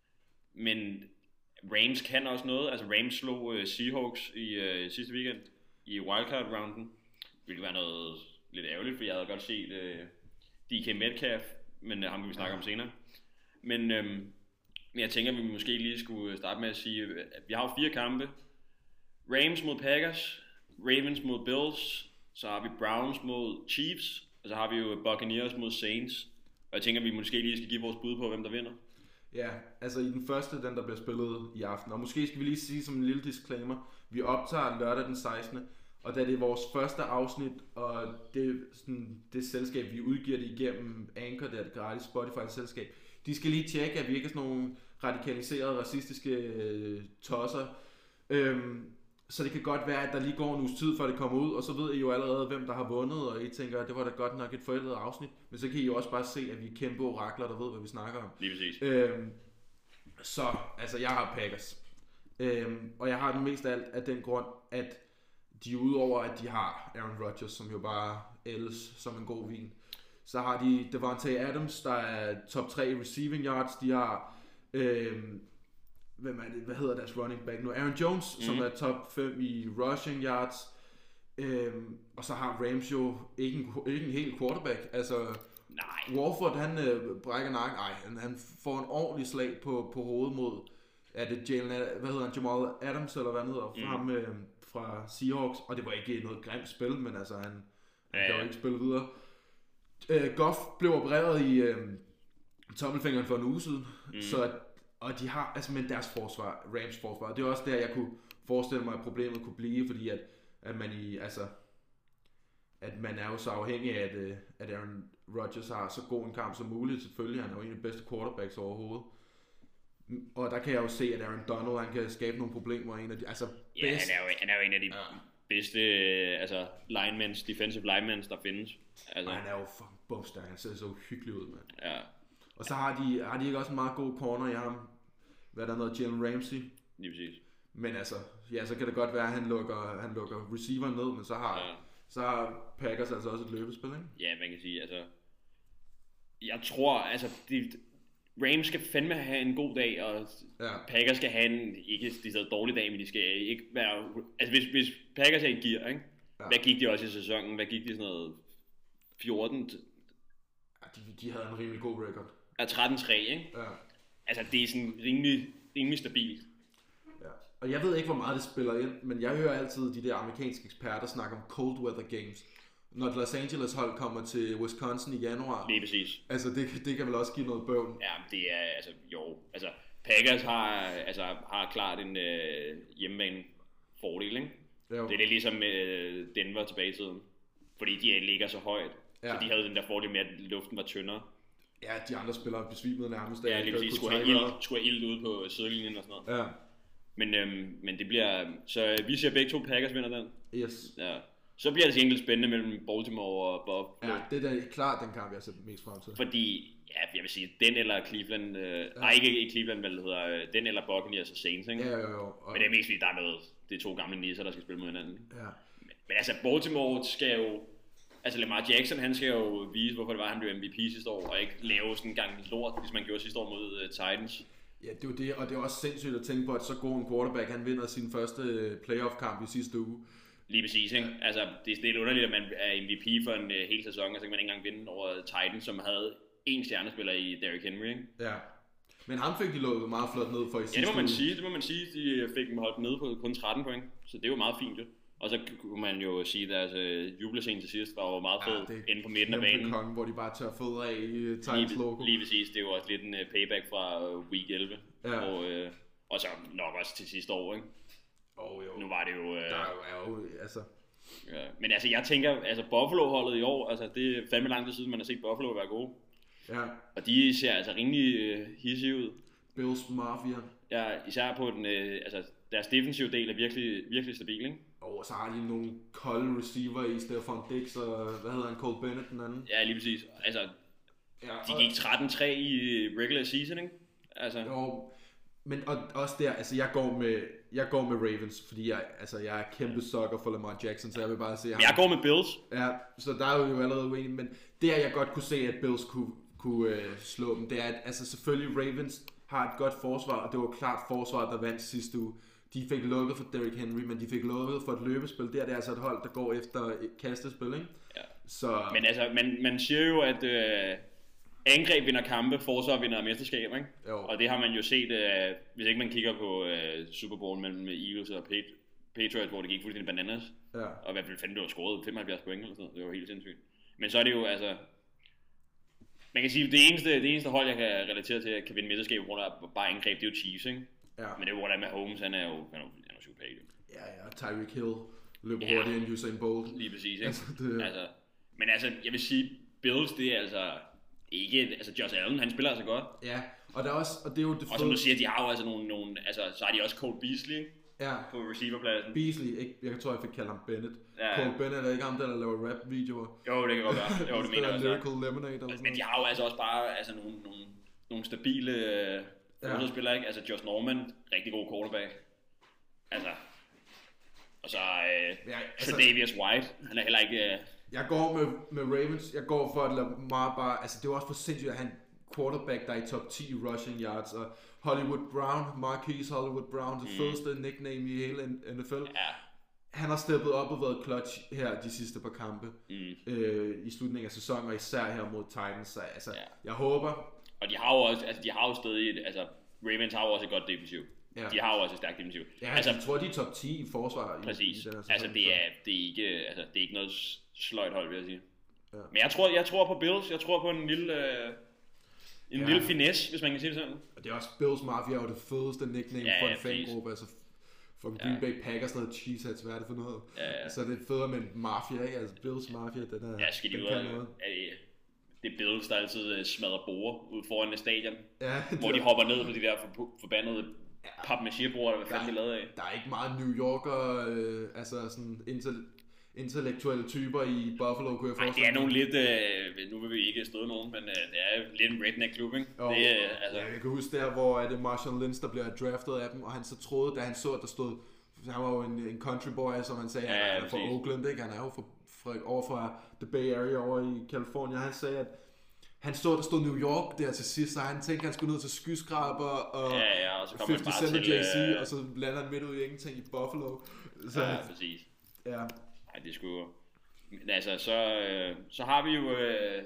men Rams kan også noget. Altså Rams slog uh, Seahawks i uh, sidste weekend i wildcard-rounden. Det ville være noget lidt ærgerligt, for jeg havde godt set uh, D K Metcalf, men uh, ham kan vi snakke om senere. Men, øhm, men jeg tænker, at vi måske lige skulle starte med at sige, at vi har jo fire kampe. Rams mod Packers, Ravens mod Bills, så har vi Browns mod Chiefs, og så har vi jo Buccaneers mod Saints. Og jeg tænker, at vi måske lige skal give vores bud på, hvem der vinder. Ja, altså i den første, den der bliver spillet i aften. Og måske skal vi lige sige som en lille disclaimer, vi optager lørdag den sekstende Og da det er vores første afsnit, og det, sådan, det selskab, vi udgiver det igennem Anchor, det er det gratis Spotify-selskab, de skal lige tjekke, at vi ikke er sådan nogle radikaliserede, racistiske øh, tosser. Øhm, Så det kan godt være, at der lige går en uges tid, før det kommer ud, og så ved I jo allerede, hvem der har vundet, og I tænker, at det var da godt nok et forældet afsnit. Men så kan I jo også bare se, at vi er kæmpe orakler, der ved, hvad vi snakker om. Lige præcis. Øhm, så, altså, jeg har Packers. Øhm, og jeg har den mest af alt af den grund, at de udover, at de har Aaron Rodgers, som jo bare ældes som en god vin, så har de Davante Adams, der er top tre i receiving yards. De har... Øhm, Hvem er det? Hvad hedder deres running back nu? Aaron Jones, mm. som er top fem i rushing yards. Øhm, og så har Rams jo ikke en, ikke en helt quarterback. Altså, Nej. Warford, han øh, brækker nakken. Nej, han, han får en ordentlig slag på, på hovedet mod, er det Jalen, hvad hedder han, Jamal Adams, eller hvad han hedder, fra, mm. ham, øh, fra Seahawks. Og det var ikke noget grimt spil, men altså, han, han ja, kan jo ikke spille videre. Øh, Goff blev opereret i øh, tommelfingeren for en uge siden, mm. så og de har, altså, men deres forsvar, Rams forsvar, det er også der, jeg kunne forestille mig, at problemet kunne blive, fordi at, at man i, altså, at man er jo så afhængig af, at, at Aaron Rodgers har så god en kamp som muligt, selvfølgelig, han er jo en af de bedste quarterbacks overhovedet. Og der kan jeg jo se, at Aaron Donald, han kan skabe nogle problemer, en af de, altså, ja, bedst. Han er, jo, han er jo en af de ja. bedste, altså, linemans, defensive linemans, der findes. Altså. Og han er jo fucking bumstærk, han ser så hyggelig ud, mand. Ja. Og så har de, har de ikke også en meget god corner i ham, hvad der er noget, Jalen Ramsey. Lige præcis. Men altså, ja, så kan det godt være, at han lukker, han lukker receiveren ned, men så har, ja. så har Packers altså også et løbespil, ikke? Ja, man kan sige, altså, jeg tror, altså, de, Rams skal fandme have en god dag, og ja. Packers skal have en, ikke de så dårlig dag, men de skal ikke være, altså hvis, hvis Packers er i gear, ikke? Ja. Hvad gik de også i sæsonen? Hvad gik de sådan noget fjorten? Ja, de, de havde en rimelig god record. Ja, tretten tre, ikke? Ja. Altså, det er sådan rimelig, rimelig stabilt. Ja. Og jeg ved ikke, hvor meget det spiller ind, men jeg hører altid de der amerikanske eksperter snakke om cold weather games. Når Los Angeles hold kommer til Wisconsin i januar. Lige præcis. Altså, det, det kan vel også give noget bøvl. Ja, det er, altså, jo. Altså, Packers har, altså, har klart en øh, hjemmebane fordel, ikke? Jo. Det er det ligesom øh, Denver tilbage i tiden. Fordi de ligger så højt. Ja. Så de havde den der fordel med, at luften var tyndere. Ja, de andre spillere besvimede nærmest. Ja, lige præcis. Skulle have ild, skulle have ild ude på sidelinjen og sådan noget. Ja. Men, øhm, men det bliver... Så vi ser begge to Packers vinder den. Yes. Ja. Så bliver det til enkelt spændende mellem Baltimore og Buffalo. Ja, det er da klart den kamp, jeg ser mest frem til. Fordi, ja, jeg vil sige, den eller Cleveland... Øh, ja. Nej, ikke i Cleveland, hvad det hedder. Den eller Buccaneers og Saints, ikke? Ja, jo, jo. Og... Men det er mest fordi, der er noget... Det er to gamle nisser, der skal spille mod hinanden. Ja. Men, men altså, Baltimore skal jo... Altså Lamar Jackson, han skal jo vise, hvorfor det var, han blev M V P sidste år, og ikke lave sådan en gang lort, hvis man gjorde sidste år mod uh, Titans. Ja, det er jo det, og det er også sindssygt at tænke på, at så god en quarterback, han vinder sin første playoff-kamp i sidste uge. Lige præcis, ikke? Ja. Altså, det er lidt underligt, at man er M V P for en uh, hel sæson, og så kan man ikke engang vinde over Titans, som havde en stjernespiller i Derrick Henry, ikke? Ja. Men ham fik de lukket meget flot ned for i sidste uge. Ja, det må man uge. sige, det må man sige. De fik dem holdt nede på kun tretten point, så det var meget fint, jo. Og så kunne man jo sige, at deres øh, jublescene til sidst var jo meget fed ja, inde på midten af banen. Kongen, hvor de bare tør fødder af i uh, Titans logo. Lige præcis, det er jo også lidt en uh, payback fra uh, week elleve. Ja. Og, øh, og så nok også til sidste år, ikke? Oh, jo. Nu var det jo... Øh, der er jo, altså... Ja. Men altså, jeg tænker, altså Buffalo-holdet i år, altså det er fandme lang tid siden, man har set Buffalo være gode. Ja. Og de ser altså rimelig uh, hissige ud. Bills Mafia. Ja, især på den, øh, altså deres defensive del er virkelig, virkelig stabil, ikke? Og så har de nogle kolde receiver i Stefan Diggs og, hvad hedder han, Cole Bennett den anden. Ja, lige præcis. Altså, ja, de gik tretten tre i regular season, ikke? Altså. Jo, men og, også der, altså jeg går med, jeg går med Ravens, fordi jeg, altså jeg er kæmpe sucker for Lamar Jackson, så jeg vil bare se ham. Jeg går med Bills. Ja, så der er jo allerede uenig, men det jeg godt kunne se, at Bills kunne, kunne øh, slå dem, det er, at altså selvfølgelig Ravens har et godt forsvar, og det var klart forsvaret, der vandt sidste uge. De fik lukket for Derrick Henry, men de fik lukket for et løbespil. Det er det altså et hold, der går efter et kastespil, ikke? Ja. Så... Men altså, man, man siger jo, at øh, angreb vinder kampe, forsvar vinder mesterskab, ikke? Jo. Og det har man jo set, øh, hvis ikke man kigger på øh, Super Bowl mellem Eagles og Patriots, hvor det gik fuldstændig bananas. Ja. Og hvad fanden det var scoret, femoghalvfjerds point eller sådan noget. Det var helt sindssygt. Men så er det jo, altså... Man kan sige, at det eneste, det eneste hold, jeg kan relatere til, at kan vinde mesterskab på grund af bare angreb, det er jo Chiefs, ikke? Ja. Men det er jo hvordan med Holmes, han er jo, han er jo, han er jo super pæt. Ja, ja, Tyreek Hill løber ja. hurtigere end Usain Bolt. Lige præcis, ikke? Altså, det... altså, men altså, jeg vil sige, Bills, det er altså ikke, altså Josh Allen, han spiller altså godt. Ja, og der er også, og det er jo det og som du siger, de har jo altså nogle, nogle altså, så har de også Cole Beasley, ja. På receiverpladsen. Beasley, ikke, jeg tror jeg fik kaldt ham Bennett. Ja. Cole Bennett er ikke ham der, der laver rap-videoer. Jo, det kan godt være. Jo, det mener jeg også. Lyrical Lemonade eller sådan. Men de har jo altså også bare altså, nogle, nogle, nogle stabile ja. spillere, ikke? Altså Josh Norman, rigtig god quarterback. Altså. Og så øh, ja, altså, Tre'Davious White, han er heller ikke... Øh... Jeg går med, med Ravens, jeg går for at lade meget bare... Altså det er også for sindssygt at have en quarterback, der er i top ti rushing yards, og Hollywood Brown, Marquise Hollywood Brown, det mm. fedeste nickname i hele N F L. Ja. Han har steppet op og været clutch her de sidste par kampe mm. øh, i slutningen af sæsonen, og især her mod Titans. Så altså, ja. jeg håber... Og de har jo også, altså de har jo stadig, et, altså Ravens har jo også et godt defensiv. Ja. De har jo også et stærkt defensiv. Ja, altså, jeg tror, de er top ti i forsvar. Præcis. I, i altså det er, det er ikke, altså det er ikke noget sløjt hold, vil jeg sige. Ja. Men jeg tror, jeg tror på Bills. Jeg tror på en lille... Øh, En ja. lille finesse, hvis man kan sige det sådan. Og det er også Bills Mafia, og det fedeste nickname ja, for en ja, fangruppe. Altså for Green ja. Bay Packers, der hedder Cheeseheads, hvad er det for noget? Ja, ja. Så det er federe med en Mafia, ikke? Altså Bills Mafia, den er... Ja, skal de ud af... Det er Bills, der altid smadrer borde ud foran et stadion. Ja, hvor de hopper ned på de der forbandede ja. papmaché-borde, hvad fanden de lavede af. Der er ikke meget New Yorker, øh, altså sådan intel... intellektuelle typer i Buffalo, kunne jeg forestille mig. Det er nogle lidt, øh, nu vil vi ikke støde nogen, men øh, det er lidt en redneck-klub, ikke? Oh, det, øh, altså... Jeg kan huske der, hvor er det Marshawn Lynch, der bliver draftet af dem, og han så troede, da han så, at der stod, han var jo en, en country boy, som han sagde, ja, han er ja, fra Oakland, ikke? Han er jo fra, fra, over fra the Bay Area over i California. Han sagde, at han så, der stod New York der til sidst, så han tænkte, at han skulle ned til skyskraber og, ja, ja, og så halvtreds Cent og Jay-Z, øh... og så lander han midt ud i ingenting i Buffalo. Så, ja, præcis. Ja. Ej, det skulle... Men altså, så, øh, så har vi jo øh,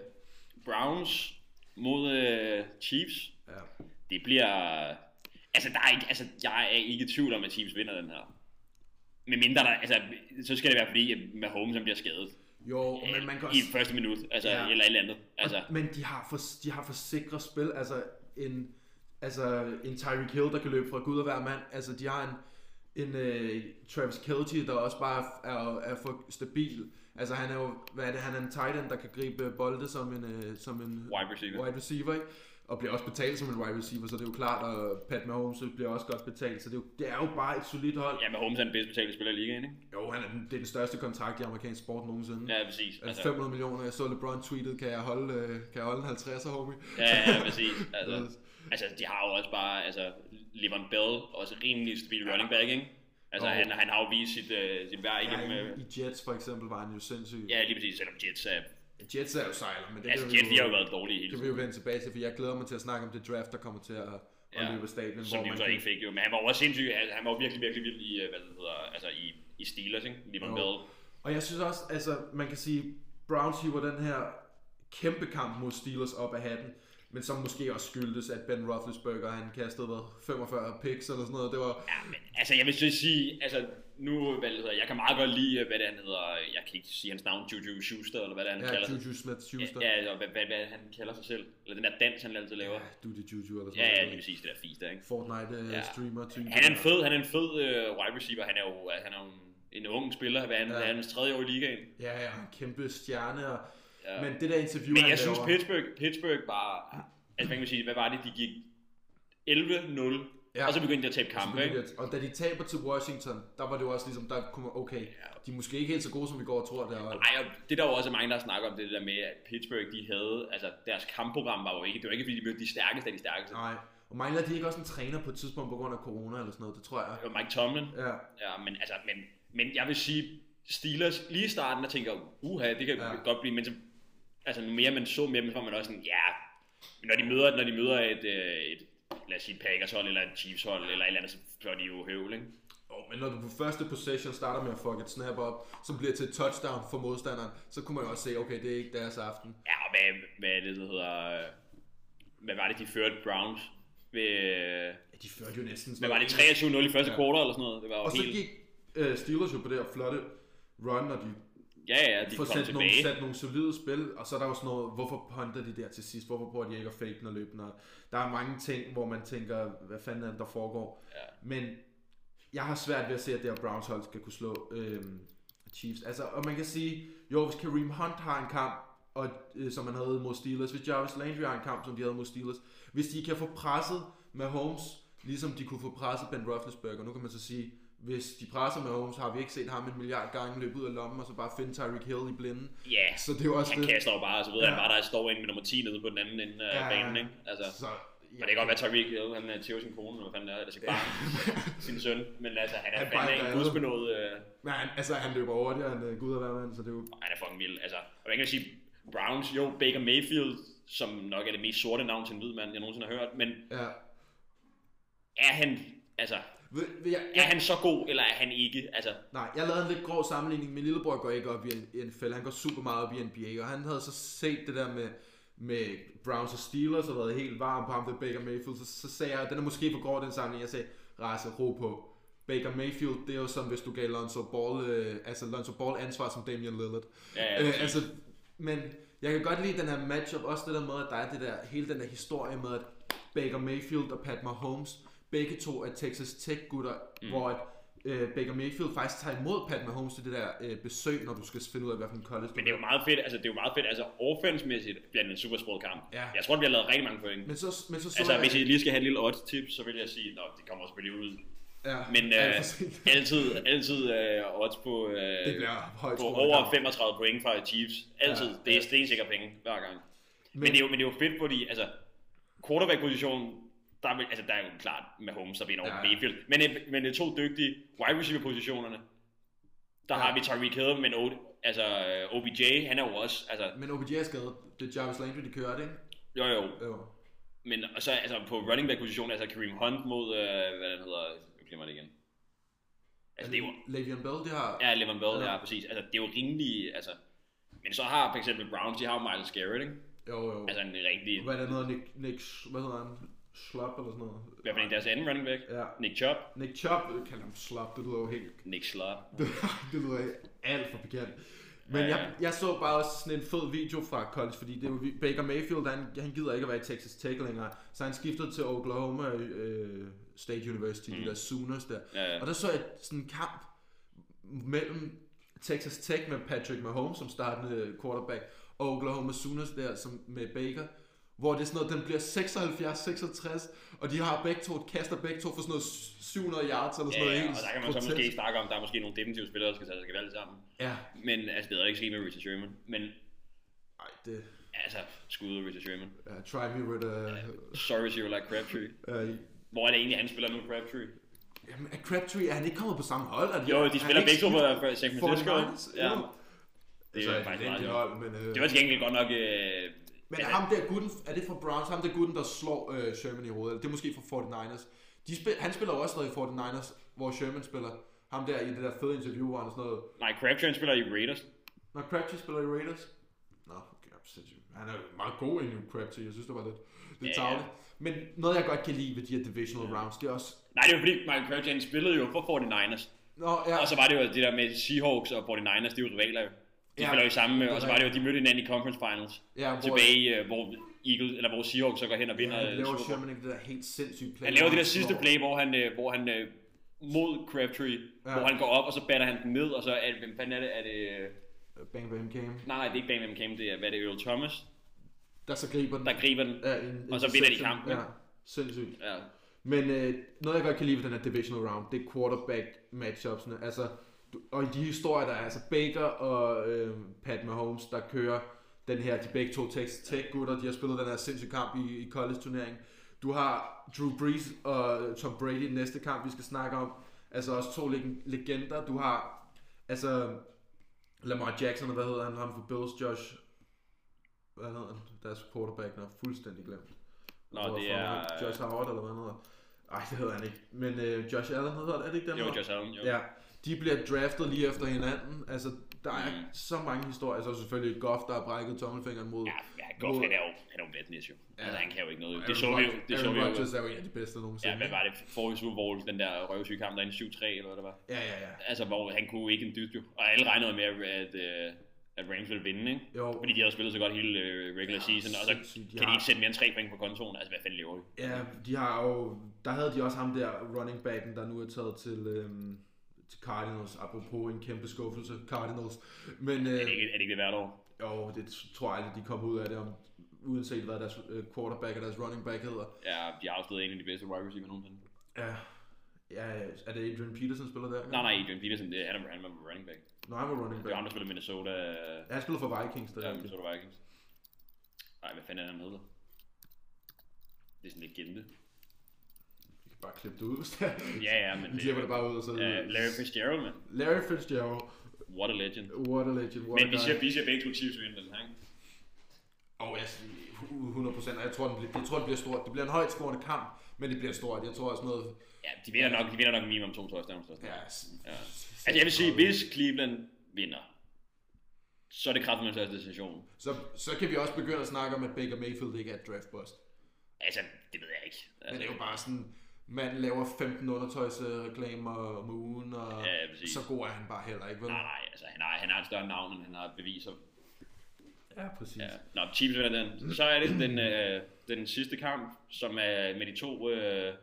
Browns mod øh, Chiefs. Ja. Det bliver... Altså, der er ikke, altså, jeg er ikke i tvivl om, at Chiefs vinder den her. Men mindre der... Altså, så skal det være fordi, at Mahomes bliver skadet. Jo, øh, men man kan også... I første minut, altså, ja. Eller et eller andet. Altså. Og, men de har, for, de har for sikre spil. Altså, en, altså, en Tyreek Hill, der kan løbe fra Gud og hver mand. Altså, de har en... En uh, Travis Kelce, der også bare er, er for stabil. Altså han er jo, hvad er det, han er en tight end, der kan gribe bolde som en, uh, som en wide receiver, wide receiver ikke? Og bliver også betalt som en wide receiver, så det er jo klart, og Pat Mahomes bliver også godt betalt, så det er jo, det er jo bare et solidt hold. Ja, Mahomes er den bedst betalte spiller i ligaen, ikke? Jo, han er den, det er den største kontrakt i amerikansk sport nogensinde. Ja, præcis. Altså fem hundrede millioner, jeg så LeBron tweetet, kan jeg holde, kan jeg holde en halvtredser, homie? Ja, ja, præcis. Altså, altså, de har jo også bare, altså, Le'Veon Bell, også rimelig stabil running back, ikke? Altså, oh. han, han har jo vist sit, uh, sit værd igennem... Ja, i, i Jets for eksempel var han jo sindssyg. Ja, lige præcis, selvom Jets er... Jets er jo sejler, men det altså, kan Jets vi jo, har jo været dårlige hele tiden. Det kan vi jo vende tilbage til, for jeg glæder mig til at snakke om det draft, der kommer til at, at ja, løbe af stadion. Som de jo så ikke fik jo, men han var også sindssyg, altså, han var jo virkelig, virkelig vild i, hvad det hedder, altså i, i Steelers, ikke? Le'Veon Bell. Og jeg synes også, altså, man kan sige, Browns hiver den her kæmpe kamp mod Steelers op af hatten. men som måske også skyldtes, at Ben Roethlisberger, han kastede hvad, femogfyrre picks eller sådan noget. Det var... Ja, men altså jeg vil så sige, altså nu, hvad det hedder, jeg kan meget godt lide, hvad det han hedder, jeg kan ikke sige hans navn, Juju Schuster, eller hvad det han ja, kalder sig. Ja, Juju Smith-Schuster. Ja, ja, hvad, hvad, hvad han kalder sig selv, eller den der dans, han altid laver. Ja, du det Juju eller sådan ja, noget. Ja, lige præcis, det der fisk der, ikke? Fortnite-streamer. Ja. Han er en fed, han er en fed uh, wide receiver, han er jo, han er jo en, en ung spiller, hvad han, ja. Han er hans tredje år i ligaen. Ja, ja, en kæmpe stjerne, og... ja. Men det der interview, men jeg synes laver... Pittsburgh, Pittsburgh bare, altså man kan sige, hvad var det, de gik elleve nul, ja. Og så begyndte de at tabe kampe, ikke? Og da de taber til Washington, der var det jo også ligesom, der kunne man, okay, ja. De er måske ikke helt så gode, som vi går og tror, der. Nej, og det der var også mange, der snakker om det der med, at Pittsburgh, de havde, altså deres kampprogram var jo ikke, det var ikke fordi, de mødte de stærkeste af de stærkeste. Nej, og mangler de ikke også en træner på et tidspunkt på grund af corona eller sådan noget, det tror jeg. Det var Mike Tomlin. Ja. Ja, men altså, men, men jeg vil sige, Steelers lige i starten, der tænker, uha, det kan ja. Godt blive, men så, altså nu mere man så med dem, så var man også sådan, ja, men når de møder, når de møder et, et lad os sige Packers hold, eller et Chiefs hold, eller et eller andet, så er de jo høvl, ikke? Oh, men når du på første possession starter med at fuck et snap op, som bliver til et touchdown for modstanderen, så kunne man jo også se, okay, det er ikke deres aften. Ja, og hvad, hvad det hedder, hvad var det, de førte Browns? Ved, ja, de førte jo næsten... Hvad var det, treogtyve nul i første ja. Quarter eller sådan noget? Det var jo og helt... så gik uh, Steelers jo på det her flotte run, og de... Ja, ja, de får kom sat tilbage. Nogle, sat nogle solide spil, og så er der jo sådan noget, hvorfor punter de der til sidst? Hvorfor prøver de ikke at fake og løbe? Der er mange ting, hvor man tænker, hvad fanden er det, der foregår? Ja. Men jeg har svært ved at se, at det her Browns hold skal kunne slå øhm, Chiefs. Altså, og man kan sige, jo, hvis Kareem Hunt har en kamp, og, øh, som man havde mod Steelers, hvis Jarvis Landry har en kamp, som de havde mod Steelers, hvis de kan få presset med Holmes, ligesom de kunne få presset Ben Roethlisberger, nu kan man så sige, hvis de presser med Holmes, har vi ikke set ham en milliard gange løbe ud af lommen, og så bare finde Tyreek Hill i blinden. Ja, yeah. Så det er jo også han det. Kaster jo bare, og så ved ja. Han bare, der står inde med nummer ti nede på den anden ende af ja, banen, ikke? Altså, så, ja. Og det kan godt være, Tyreek Hill, han er til sin kone, eller hvad fanden er, altså bare sin søn, men altså, han er han fandme ikke gudsbenået. Øh... Men han, altså, han løber hurtigere end uh, Gud og hver mand, så det er jo... Han er fucking vild, altså, og man kan sige, Browns, jo, Baker Mayfield, som nok er det mest sorte navn til en hvid mand, jeg nogensinde har hørt, men ja. Er han, altså... Vil, vil jeg, er han så god, eller er han ikke? Altså... Nej, jeg lavede en lidt grov sammenligning. Min lillebror går ikke op i N F L, han går super meget op i N B A, og han havde så set det der med, med Browns og Steelers, og været helt varm på ham, det Baker Mayfield, så, så sagde jeg, den er måske for grov den sammenligning, jeg sagde, Rasse, ro på. Baker Mayfield, det er jo som hvis du gav Lonzo Ball, øh, altså Lonzo Ball ansvar som Damian Lillard. Ja, ja, øh, altså, men jeg kan godt lide den her matchup, også det der med, at der er det der, hele den der historie med, at Baker Mayfield og Pat Mahomes, begge to er Texas Tech gutter, mm. hvor at, øh, Baker Mayfield faktisk tager imod Pat Mahomes til det der øh, besøg, når du skal finde ud af, hvilken college. Men det er jo meget fedt, altså det er jo meget fedt, altså offense-mæssigt bliver det en super sport kamp. Ja. Jeg tror, vi har lavet rigtig mange point. Men så, men så, så altså jeg... hvis I lige skal have et lille odds-tip, så vil jeg sige, at det kommer selvfølgelig ud. Ja, men øh, altid, altid øh, odds på, øh, det bliver på over femogtredive point fra Chiefs. Altid, ja, det er stensikker penge hver gang. Men, men, det er jo, men det er jo fedt, fordi altså, quarterback-positionen, der er, altså, der er jo klart med Holmes, der vinder over ja, ja. Mayfield. Men, men det er to dygtige wide receiver-positionerne. Der ja. Har vi Tyreek Hill, men o, altså, O B J, han er jo også... Altså, men O B J er skadet. Det er Jarvis Landry, de kører det, ikke? Jo, jo. jo. Men så altså, på running back-positionen, altså Kareem Hunt mod, øh, hvad den hedder, jeg glemmer det igen. Altså, det er jo... Le'Veon Bell, det har... Ja, Le'Veon Bell, ja. Ja, præcis. Altså, det er jo rimelig, altså... Men så har for eksempel Browns, de har jo Myles Garrett, ikke? Jo, jo. Altså en rigtig... Hvad er det noget, Nick, Nick, hvad hedder han? Slop eller sådan noget? Hvad for en deres anden running back? Ja. Nick Chubb? Nick Chubb, jeg kalder ham Slop, det lyder jo helt... Nick Slop. det, det lyder alt for bekendt. Men ja, ja. Jeg, jeg så bare også sådan en fed video fra college, fordi det er jo, Baker Mayfield, han, han gider ikke at være i Texas Tech længere, så han skiftede til Oklahoma øh, State University, mm. de der Sooners der. Ja, ja. Og der så jeg sådan en kamp mellem Texas Tech med Patrick Mahomes som startende quarterback, og Oklahoma Sooners der som med Baker, hvor det er sådan noget, den bliver seksoghalvfjerds seksogtres, og de har begge to, kaster begge to for sådan noget syv hundrede yards eller sådan ja, noget. Ja, og der kan man så måske snakke om, der er måske nogle defensive spillere, der skal tage sig alt sammen. Ja. Men altså, det er ikke sket med Richard Sherman, men... Ej, det... Altså, skud ud Richard Sherman. Uh, try me with a... Uh, sorry, you like Crabtree. Uh, Hvor er det egentlig, han spiller nu, Crabtree? Jamen, er Crabtree, er han ikke kommet på samme hold? Er de, jo, de spiller begge to på San Francisco. Ja. Det er faktisk meget hold, men... Uh... Det var til gengæld godt nok... Uh... Men er ham der gutten, er det fra Browns, ham der gutten, der slår uh, Sherman i hovedet? Det er måske fra forty-niners. De spil, han spiller jo også noget i forty-niners, hvor Sherman spiller. Ham der i det der fede interview, hvor han sådan noget... Nej, Crabtree spiller i Raiders. Nå, Crabtree spiller i Raiders? Nå, okay, han er meget god i Crabtree, jeg synes det var lidt... det er tarveligt. Men noget jeg godt kan lide ved de her divisional ja. rounds, det er også... Nej, det er jo fordi Michael Crabtree han spillede jo for forty-niners. Nå, ja. Og så var det jo det der med Seahawks og forty-niners, det er jo rivaler jo. De ja, spiller jo sammen, og så var det jo, de mødte hinanden i conference finals. Ja, hvor, tilbage, hvor Eagles, eller hvor Seahawks så går hen og vinder. Ja, han laver Sherman ikke det der helt sindssygt play. Han laver det der sidste play, hvor han, hvor han mod Crabtree, ja. hvor han går op, og så batter han den ned, og så er det, hvem fanden er det? Er det... Bang Bang Cam? Nej, nej, det er ikke Bang Bang Cam, det er, hvad er det, Earl Thomas? Der så griber den. Der griber den, ja, en, og så vinder de kampen. Ja, sindssygt. Ja. Men øh, noget jeg godt kan lide ved den her divisional round, det er quarterback matchupsene. Altså, og i de historier der er, altså Baker og øh, Pat Mahomes, der kører den her, de begge to Texas Tech gutter, de har spillet den her sindssyge kamp i, i college turnering. Du har Drew Brees og Tom Brady i den næste kamp, vi skal snakke om. Altså også to leg- legender. Du har, altså, Lamar Jackson, hvad hedder han, ham for Bills, Josh, hvad hedder han, deres quarterback, er fuldstændig glemt. Nå, det er... Josh Howard, eller hvad han hedder. Ej, det hedder han ikke. Men øh, Josh Allen hedder det, er det ikke den? Jo, Josh Allen, jo. Ja, de bliver draftet lige efter hinanden. Altså, der er mm. så mange historier. Altså selvfølgelig Goff, der har brækket tommelfingeren mod... Ja, ja Goff, mod... han er jo, han er jo vetnis jo. Ja. Altså, han kan jo ikke noget. Det så vi jo. Det så vi jo. Rodgers er jo en af de bedste nogensinde. Ja, hvad var det forrige Super Bowl, den der røvsyge kamp, der er en syv tre, eller hvad det var? Ja, ja, ja. Altså, hvor han kunne ikke en dyt jo. Og alle regnede med, at... Uh, at Rams ville vinde, ikke? Jo. Fordi de havde spillet så godt hele uh, regular ja, season, og så de kan har... de ikke sætte mere end tre point på kontoen. Altså, hvad fanden lever de? Ja, de har jo... Der havde de også ham der running backen, der nu er taget til, øhm, til Cardinals, apropos en kæmpe skuffelse, Cardinals. Men, øh, er, det ikke, er det ikke det hvert år? Jo, det tror jeg aldrig, de kommer ud af det, om, uanset hvad deres quarterback og deres running back hedder. Ja, de har afstået en af de bedste wide receiver nogensinde. Ja. Ja, er det Adrian Peterson spiller der? Nej, nej, Adrian Peterson, det er han, han var running back. Nå, han var running back. Det er ham, der spiller Minnesota. Ja, han spiller for Vikings. Der ja, Minnesota Vikings. Nej, hvad fanden er han hedder? Det er sådan en legende. Vi kan bare klippe det ud, hvis det er. Ja, ja, men... Vi klipper det bare ud, og så... Uh, Larry Fitzgerald, man. Larry Fitzgerald. What a legend. What a legend. What men vi siger, vi siger begge to Chiefs vinder den her, ikke? Åh, oh, jeg siger hundrede procent, og jeg tror, den bliver, jeg tror, det bliver stort. Det bliver en højt scorende kamp, men det bliver stort. Jeg tror også noget... Ja, de vinder nok, de vinder nok minimum to touchdowns. Ja, ja. Altså jeg vil sige, hvis Cleveland vinder, så er det kraftigt med største destination. Så, så kan vi også begynde at snakke om, at Baker Mayfield ikke er et draft bust. Altså, det ved jeg ikke. Altså, men det er jo bare sådan, man laver femten undertøjsreklamer om ugen, og ja, så god er han bare heller ikke, vel? Nej, nej, altså han har, han har et større navn, end han har beviser. Ja, præcis. Ja. Nå, Chiefs vinder den. Så er det den, øh, den sidste kamp, som er med de to øh,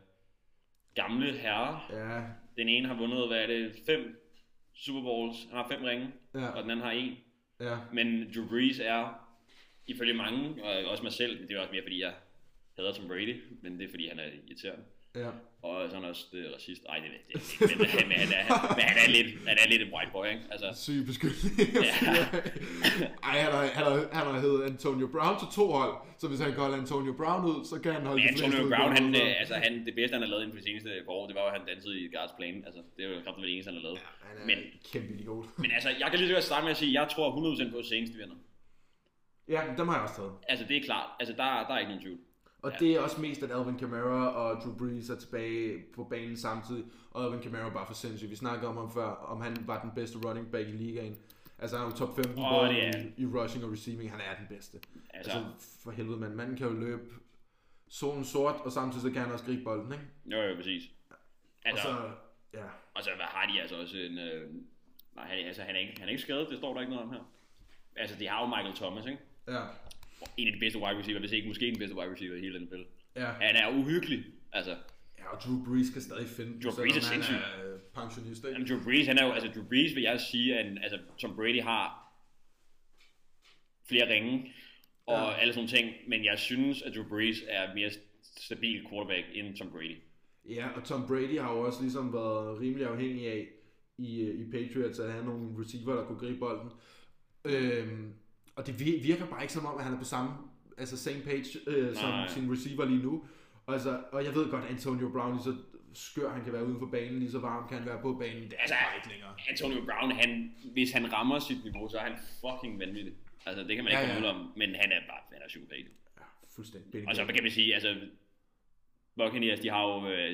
gamle herrer. Ja. Den ene har vundet, hvad er det, fem Super Bowls. Han har fem ringe, ja. Og den anden har en. Ja. Men Drew Brees er, ifølge mange, og også mig selv, det er også mere fordi jeg hader Tom Brady, men det er fordi han er irriterende. Ja. Og så er han også det racist. Ej, det er det ikke, men, men, han er, men han er lidt, han er lidt en white boy, ikke? Altså, syg beskyldning. Ja. Ej, han har, han har, han har heddet Antonio Brown til to hold, så hvis han kan holde Antonio Brown ud, så kan han holde men de Antonio Brown, han, øh, altså, han, det bedste han har lavet inden for de seneste par år, det var jo, at han dansede i Guards Plane. Altså, det er jo kraftigt det eneste, han har lavet. Ja, han er men, kæmpe idiot. Men altså, jeg kan lige så godt starte med at sige, at jeg tror hundrede procent på, at Saints vinder. Ja, dem har jeg også taget. Altså, det er klart. Altså, der, der er ikke nogen tvivl. Og ja. Det er også mest, at Alvin Kamara og Drew Brees er tilbage på banen samtidig, og Alvin Kamara er bare for sindssyg. Vi snakkede om ham før, om han var den bedste running back i ligaen. Altså han er jo top femten oh, både i, i rushing og receiving, han er den bedste. Altså, altså for helvede, mand. Manden kan jo løbe solen sort, og samtidig så kan han også gribe bolden, ikke? Jo, jo, præcis. Altså, og så, ja. Og så hvad har de altså også en... Øh, nej, han, altså, han, er ikke, han er ikke skadet, det står der ikke noget om her. Altså, de har jo Michael Thomas, ikke? Ja. En af de bedste wide receiver, hvis ikke måske den bedste wide receiver i hele den spil. Ja. Han er uhyggelig, altså. Ja, og Drew Brees kan stadig finde. Drew Brees er sindssyg. Han er pensionist, ikke? Jamen, Drew Brees, han er jo, altså Drew Brees vil jeg sige, at altså, Tom Brady har flere ringe og ja. Alle sådan ting, men jeg synes, at Drew Brees er mere stabil quarterback end Tom Brady. Ja, og Tom Brady har jo også ligesom været rimelig afhængig af i, i Patriots at have nogle receiver, der kunne gribe bolden. Øhm, og det virker bare ikke som om, at han er på samme, altså same page øh, som sin receiver lige nu. Og, altså, og jeg ved godt, at Antonio Brown lige så skør han kan være uden for banen, lige så varm kan han være på banen. Det er altså bare ikke længere. Antonio Brown, han, hvis han rammer sit niveau, så er han fucking vanvittig. Altså det kan man ikke ja, komme ja. ud om, men han er bare, han er psykopat. Ja, fuldstændig. Og så kan vi sige, altså Buccaneers, de har jo øh,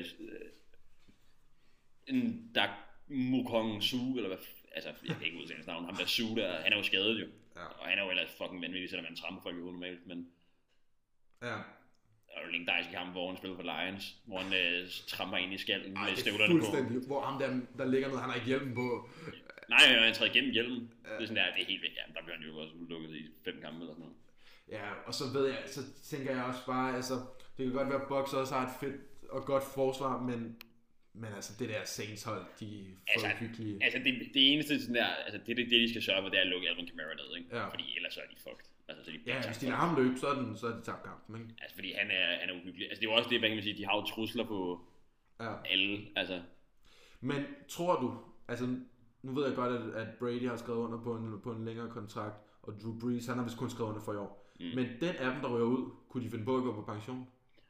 en Dak Mukong Su, eller hvad, altså jeg kan ikke udtale hans navn, ham der Su der, han er jo skadet jo. Ja. Og han er jo ellers fucking vanvittig, selvom man tramper folk i hovedet normalt, men... Ja. og en legendarisk kamp, hvor han spiller for Lions, hvor han øh, tramper ind i skallen med støvlerne på. Fuldstændig, hvor ham der, der ligger ned, han har ikke hjelmen på. Nej, han træder igennem hjelmen. Ja. Det er sådan der, det er helt væk. Ja, der bliver han jo også udelukket i fem kampe eller sådan noget. Ja, og så ved jeg, så tænker jeg også bare, altså, det kan godt være, at Bucks også har et fedt og godt forsvar, men, men altså, det der Saints hold, de er for altså, hyggelige. Altså, det, det eneste sådan der, altså, det, det, det de skal sørge for, det er at lukke Alvin Kamara ned, ikke? Ja. Fordi ellers så er de fucked. Altså, så de ja, hvis de lader ham løbe, så er, den, så er de tabt kampen, ikke? Altså, fordi han er, han er uhyggelig. Altså, det er jo også det, hvad kan man sige, de har jo trusler på ja. alle, altså. Men tror du, altså, nu ved jeg godt, at, at Brady har skrevet under på en, på en længere kontrakt, og Drew Brees, han har vist kun skrevet under for i år. Mm. Men den af dem, der rører ud, kunne de finde på at gå på pension?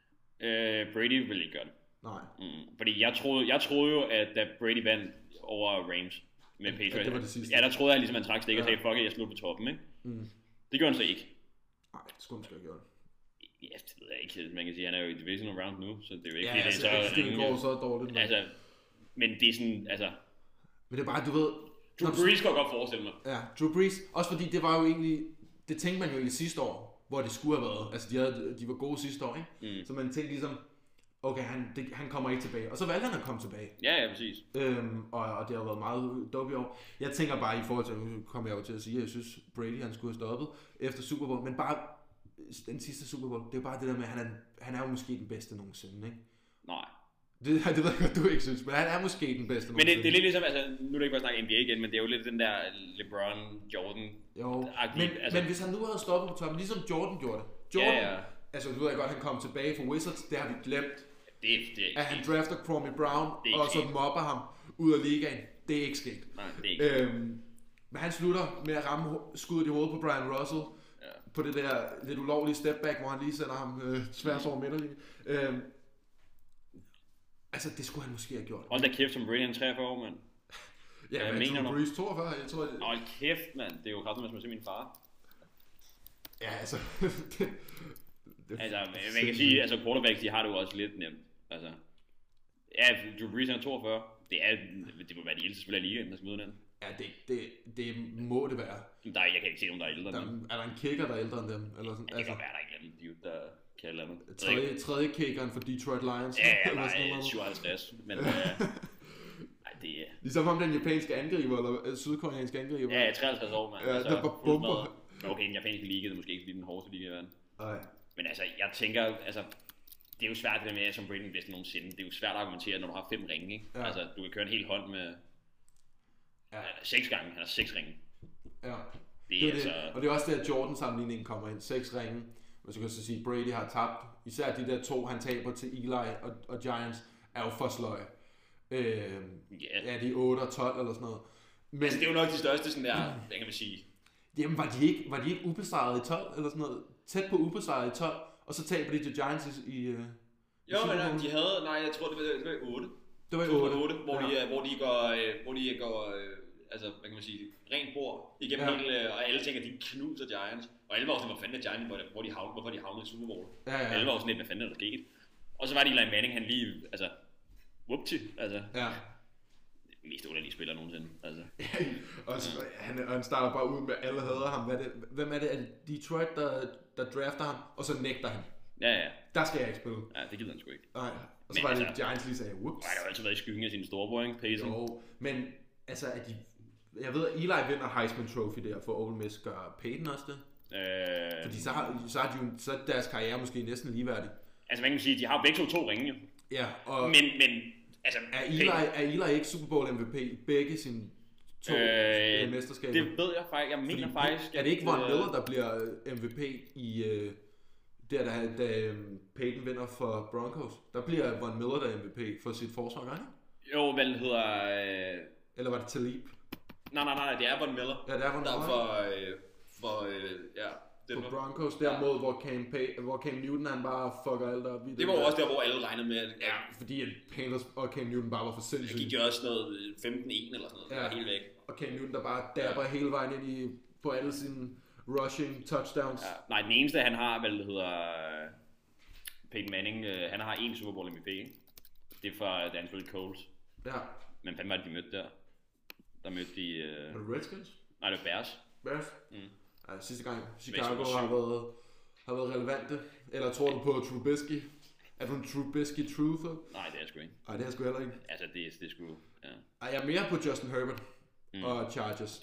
Øh, Brady ville ikke gøre det. Nej. Mm, fordi jeg troede, jeg troede jo, at da Brady vandt over Rams med Patriots, ja, det var det sidste. Ja, der troede jeg ligesom, han trak stik og ja. sagde, fuck it, jeg slutter på toppen, ikke? Mm. Det gjorde han så ikke. Nej, det skulle han sgu have gjort. Ja, det ved jeg ikke. Man kan sige, han er jo i divisional round nu, så det er jo ikke ja, altså, det er så... det går så dårligt. Men... Altså, men det er sådan, altså... Men det er bare, du ved... Drew Brees kan jeg godt forestille mig. Ja, Drew Brees. Også fordi det var jo egentlig... Det tænkte man jo egentlig sidste år, hvor det skulle have været. Altså, de, havde, de var gode sidste år, ikke? Mm. Så man tænkte ligesom... Okay, han, det, han kommer ikke tilbage. Og så valgte han at komme tilbage. Ja, ja, præcis. Øhm, og, og det har været meget dope i år. Jeg tænker bare i forhold til, nu kommer jeg jo til at sige, at jeg synes, Brady han skulle have stoppet efter Super Bowl. Men bare den sidste Super Bowl, det er jo bare det der med, at han er, han er jo måske den bedste nogensinde, ikke? Nej. Det, det ved jeg godt, du ikke synes, men han er måske den bedste nogensinde. Men det, det er lidt ligesom, altså, nu er det ikke bare snakke N B A igen, men det er jo lidt den der LeBron, Jordan. Jo, men, altså, men hvis han nu havde stoppet på toppen, ligesom Jordan gjorde det. Jordan, ja, ja. Altså, nu ved jeg godt, at han kom tilbage fra Wizards, det har vi glemt. Det, det er at han drafter Kwame Brown, og så mobber ham ud af ligaen. Det er ikke sket. Nej, det er ikke øhm, men han slutter med at ramme skuddet i hovedet på Brian Russell. Ja. På det der lidt ulovlige stepback, hvor han lige sender ham øh, tværs over midterlinjen. Øhm, altså, det skulle han måske have gjort. Hold da kæft, som Brady, han treogfyrre år, mand. Ja, jeg men Drew Brees toogfyrre, jeg tror... Jeg... Hold kæft, mand. Det er jo kraftigt, at man min far. Ja, altså... det, det, altså, man kan sige, altså quarterbacks, de har det jo også lidt nemt. Altså, ja, Drew Brees er toogfyrre. Det er, det må være de ældste spillere i ligaen, der skal møde den. Ja, det, det, det må det være. Der, jeg kan ikke se, om der er ældre der, end dem. Er der en kicker, der er ældre end dem? Eller sådan, ja, det altså, kan være, der er ikke en dude, der kan lade mig. Tredje, tredje kickeren for Detroit Lions. Ja, ja, nej, syvoghalvtreds. Men, øh, nej, det er... Ligesom om den japanske angriber, eller sydkoreanske angriber. Ja, treoghalvtreds år, mand. Ja, altså, der var bomber. Okay, den japanske liga er måske ikke den hårdeste liga i verden. Nej. Men altså, jeg tænker, altså... Det er jo svært det der med, som Brady bedst nogensinde. Det er jo svært at argumentere, når du har fem ringe, ikke? Ja. Altså, du kan køre en hel hånd med... Ja. Seks gange, han har seks ringe. Ja. Det er, det er altså... det. Og det er også det, at Jordan-sammenligningen kommer ind. Seks ringe. Men så kan jeg så sige, at Brady har tabt. Især de der to, han taber til Eli og, og Giants, er jo for sløje. Øh, yeah. Ja, de er otte og tolv eller sådan noget. Men altså, det er jo nok de største, sådan der, hvad kan man sige... Jamen, var de ikke, var de ikke ubesejret i tolv eller sådan noget? Tæt på ubesejret i tolv, og så taber de til Giants i... i uh, jo, men de havde... Nej, jeg tror, det var, det var otte. Det var otte. Hvor, ja. de, hvor de går... Hvor de går altså, hvad kan man sige, rent bord igennem ja. hele, og alle tænker, at de knuser Giants. Og alle var også sådan, hvor fanden er Giants, hvor de havnede, hvorfor de havnede i Super Bowl. Ja, ja. Alle var også sådan lidt, hvad fanden er der sket. Og så var det Eli Manning, han lige, altså, whoopty, altså. Ja. Mest underlige spiller nogensinde, altså. og, så, han, og han starter bare ud med, at alle hader ham. Hvad er det, hvem er det? Er det Detroit, der, der drafter ham, og så nægter han? Ja, ja. Der skal jeg ikke spille. Ja, det gider han sgu ikke. Nej. Og så men var det, altså, Giants lige sagde, whoops. Nej, det har altid været i skyggen af sin storebror, ikke? Payton. Jo, men altså, at de... Jeg ved, at Eli vinder Heisman Trophy der for Ole Miss. Gør Peyton også det? Øh... Fordi så har, så har de jo, så er deres karriere måske næsten ligeværdig. Altså, man kan sige, de har jo begge to to ringe, jo. Ja, og... Men, men... Altså, er, Eli, er Eli ikke Super Bowl M V P i begge sine to øh, mesterskaber? Det ved jeg faktisk. Jeg mener Fordi, faktisk... Er det ikke Von Miller, der bliver M V P i... Uh, der, da, da Peyton vinder for Broncos? Der bliver Von Miller der M V P for sit forsvar, ikke? Jo, hvad det hedder... Øh... Eller var det Talib? Nej, nej, nej, det er Von Miller. Ja, det er Von Miller. Der for... Øh, for øh, ja... På Broncos der ja. Mod, hvor Cam, Pay, hvor Cam Newton han bare fucker alt op i det. Det var jo også der, hvor alle regnede med, at... Ja, fordi at Panthers og Cam Newton bare var for sindssygt. Det gik jo også noget femten en eller sådan noget, ja. Det var helt væk. Og Cam Newton der bare dabber ja. Hele vejen ind i, på alle sine rushing touchdowns. Ja. Nej, den eneste han har, hvad det hedder... Peyton Manning, øh, han har en Super Bowl M V P, ikke? Det er fra Dan Colts. Ja. Men fanden var det, de mødte der? Der mødte de... Øh... Var det Redskins? Nej, det var Bears. Bears? Mm. Ja, sidste gang Chicago har været, har været relevante Eller tror du på Trubisky? Er du en Trubisky truther? Nej, det er jeg sgu ikke. Nej, det er jeg sgu heller ikke. Altså, det er, det er sgu... Ja. Ej, jeg er mere på Justin Herbert mm. og Chargers.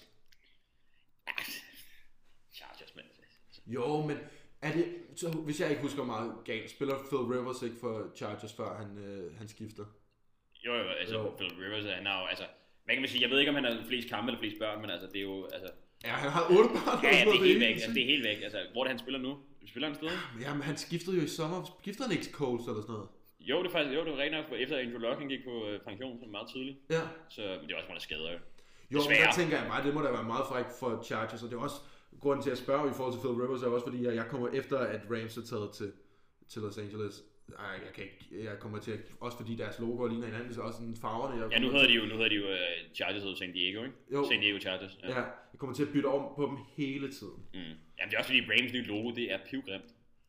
Chargers, men... Jo, men er det... Så, hvis jeg ikke husker meget galt, spiller Phil Rivers ikke for Chargers, før han, øh, han skifter? Jo, jo, altså jo. Phil Rivers, han har jo... Altså, hvad kan man sige? Jeg ved ikke, om han har flest kampe eller flest børn, men altså, det er jo... Altså, ja, han har otte børn. Ja, ja, det er helt væk. Altså, det er helt væk. Altså, hvor er det, han spiller nu? Spiller han stadig? Jamen, han skiftede jo i sommer. Skiftede han ikke til Colts eller sådan noget? Jo, det er faktisk, jo, det var rent nok, efter Andrew Luck, han gik på pension, så meget tidligt. Ja. Så, men det er også meget skader jo. Jo, men der tænker jeg bare, det må da være meget frækt for Chargers, og det er også grunden til at spørge i forhold til Phil Rivers, er også fordi, jeg kommer efter, at Rams er taget til, til Los Angeles. Ej, jeg kan ikke, jeg kommer til, også fordi deres logoer ligner hinanden, så også sådan farverne. Jeg ja, nu hedder de jo, nu hedder de jo uh, Chargers og San Diego, ikke? Jo. San Diego Chargers. Ja. ja, jeg kommer til at bytte om på dem hele tiden. Mm. Jamen, det er også fordi Rams nye logo, det er pivgrimt.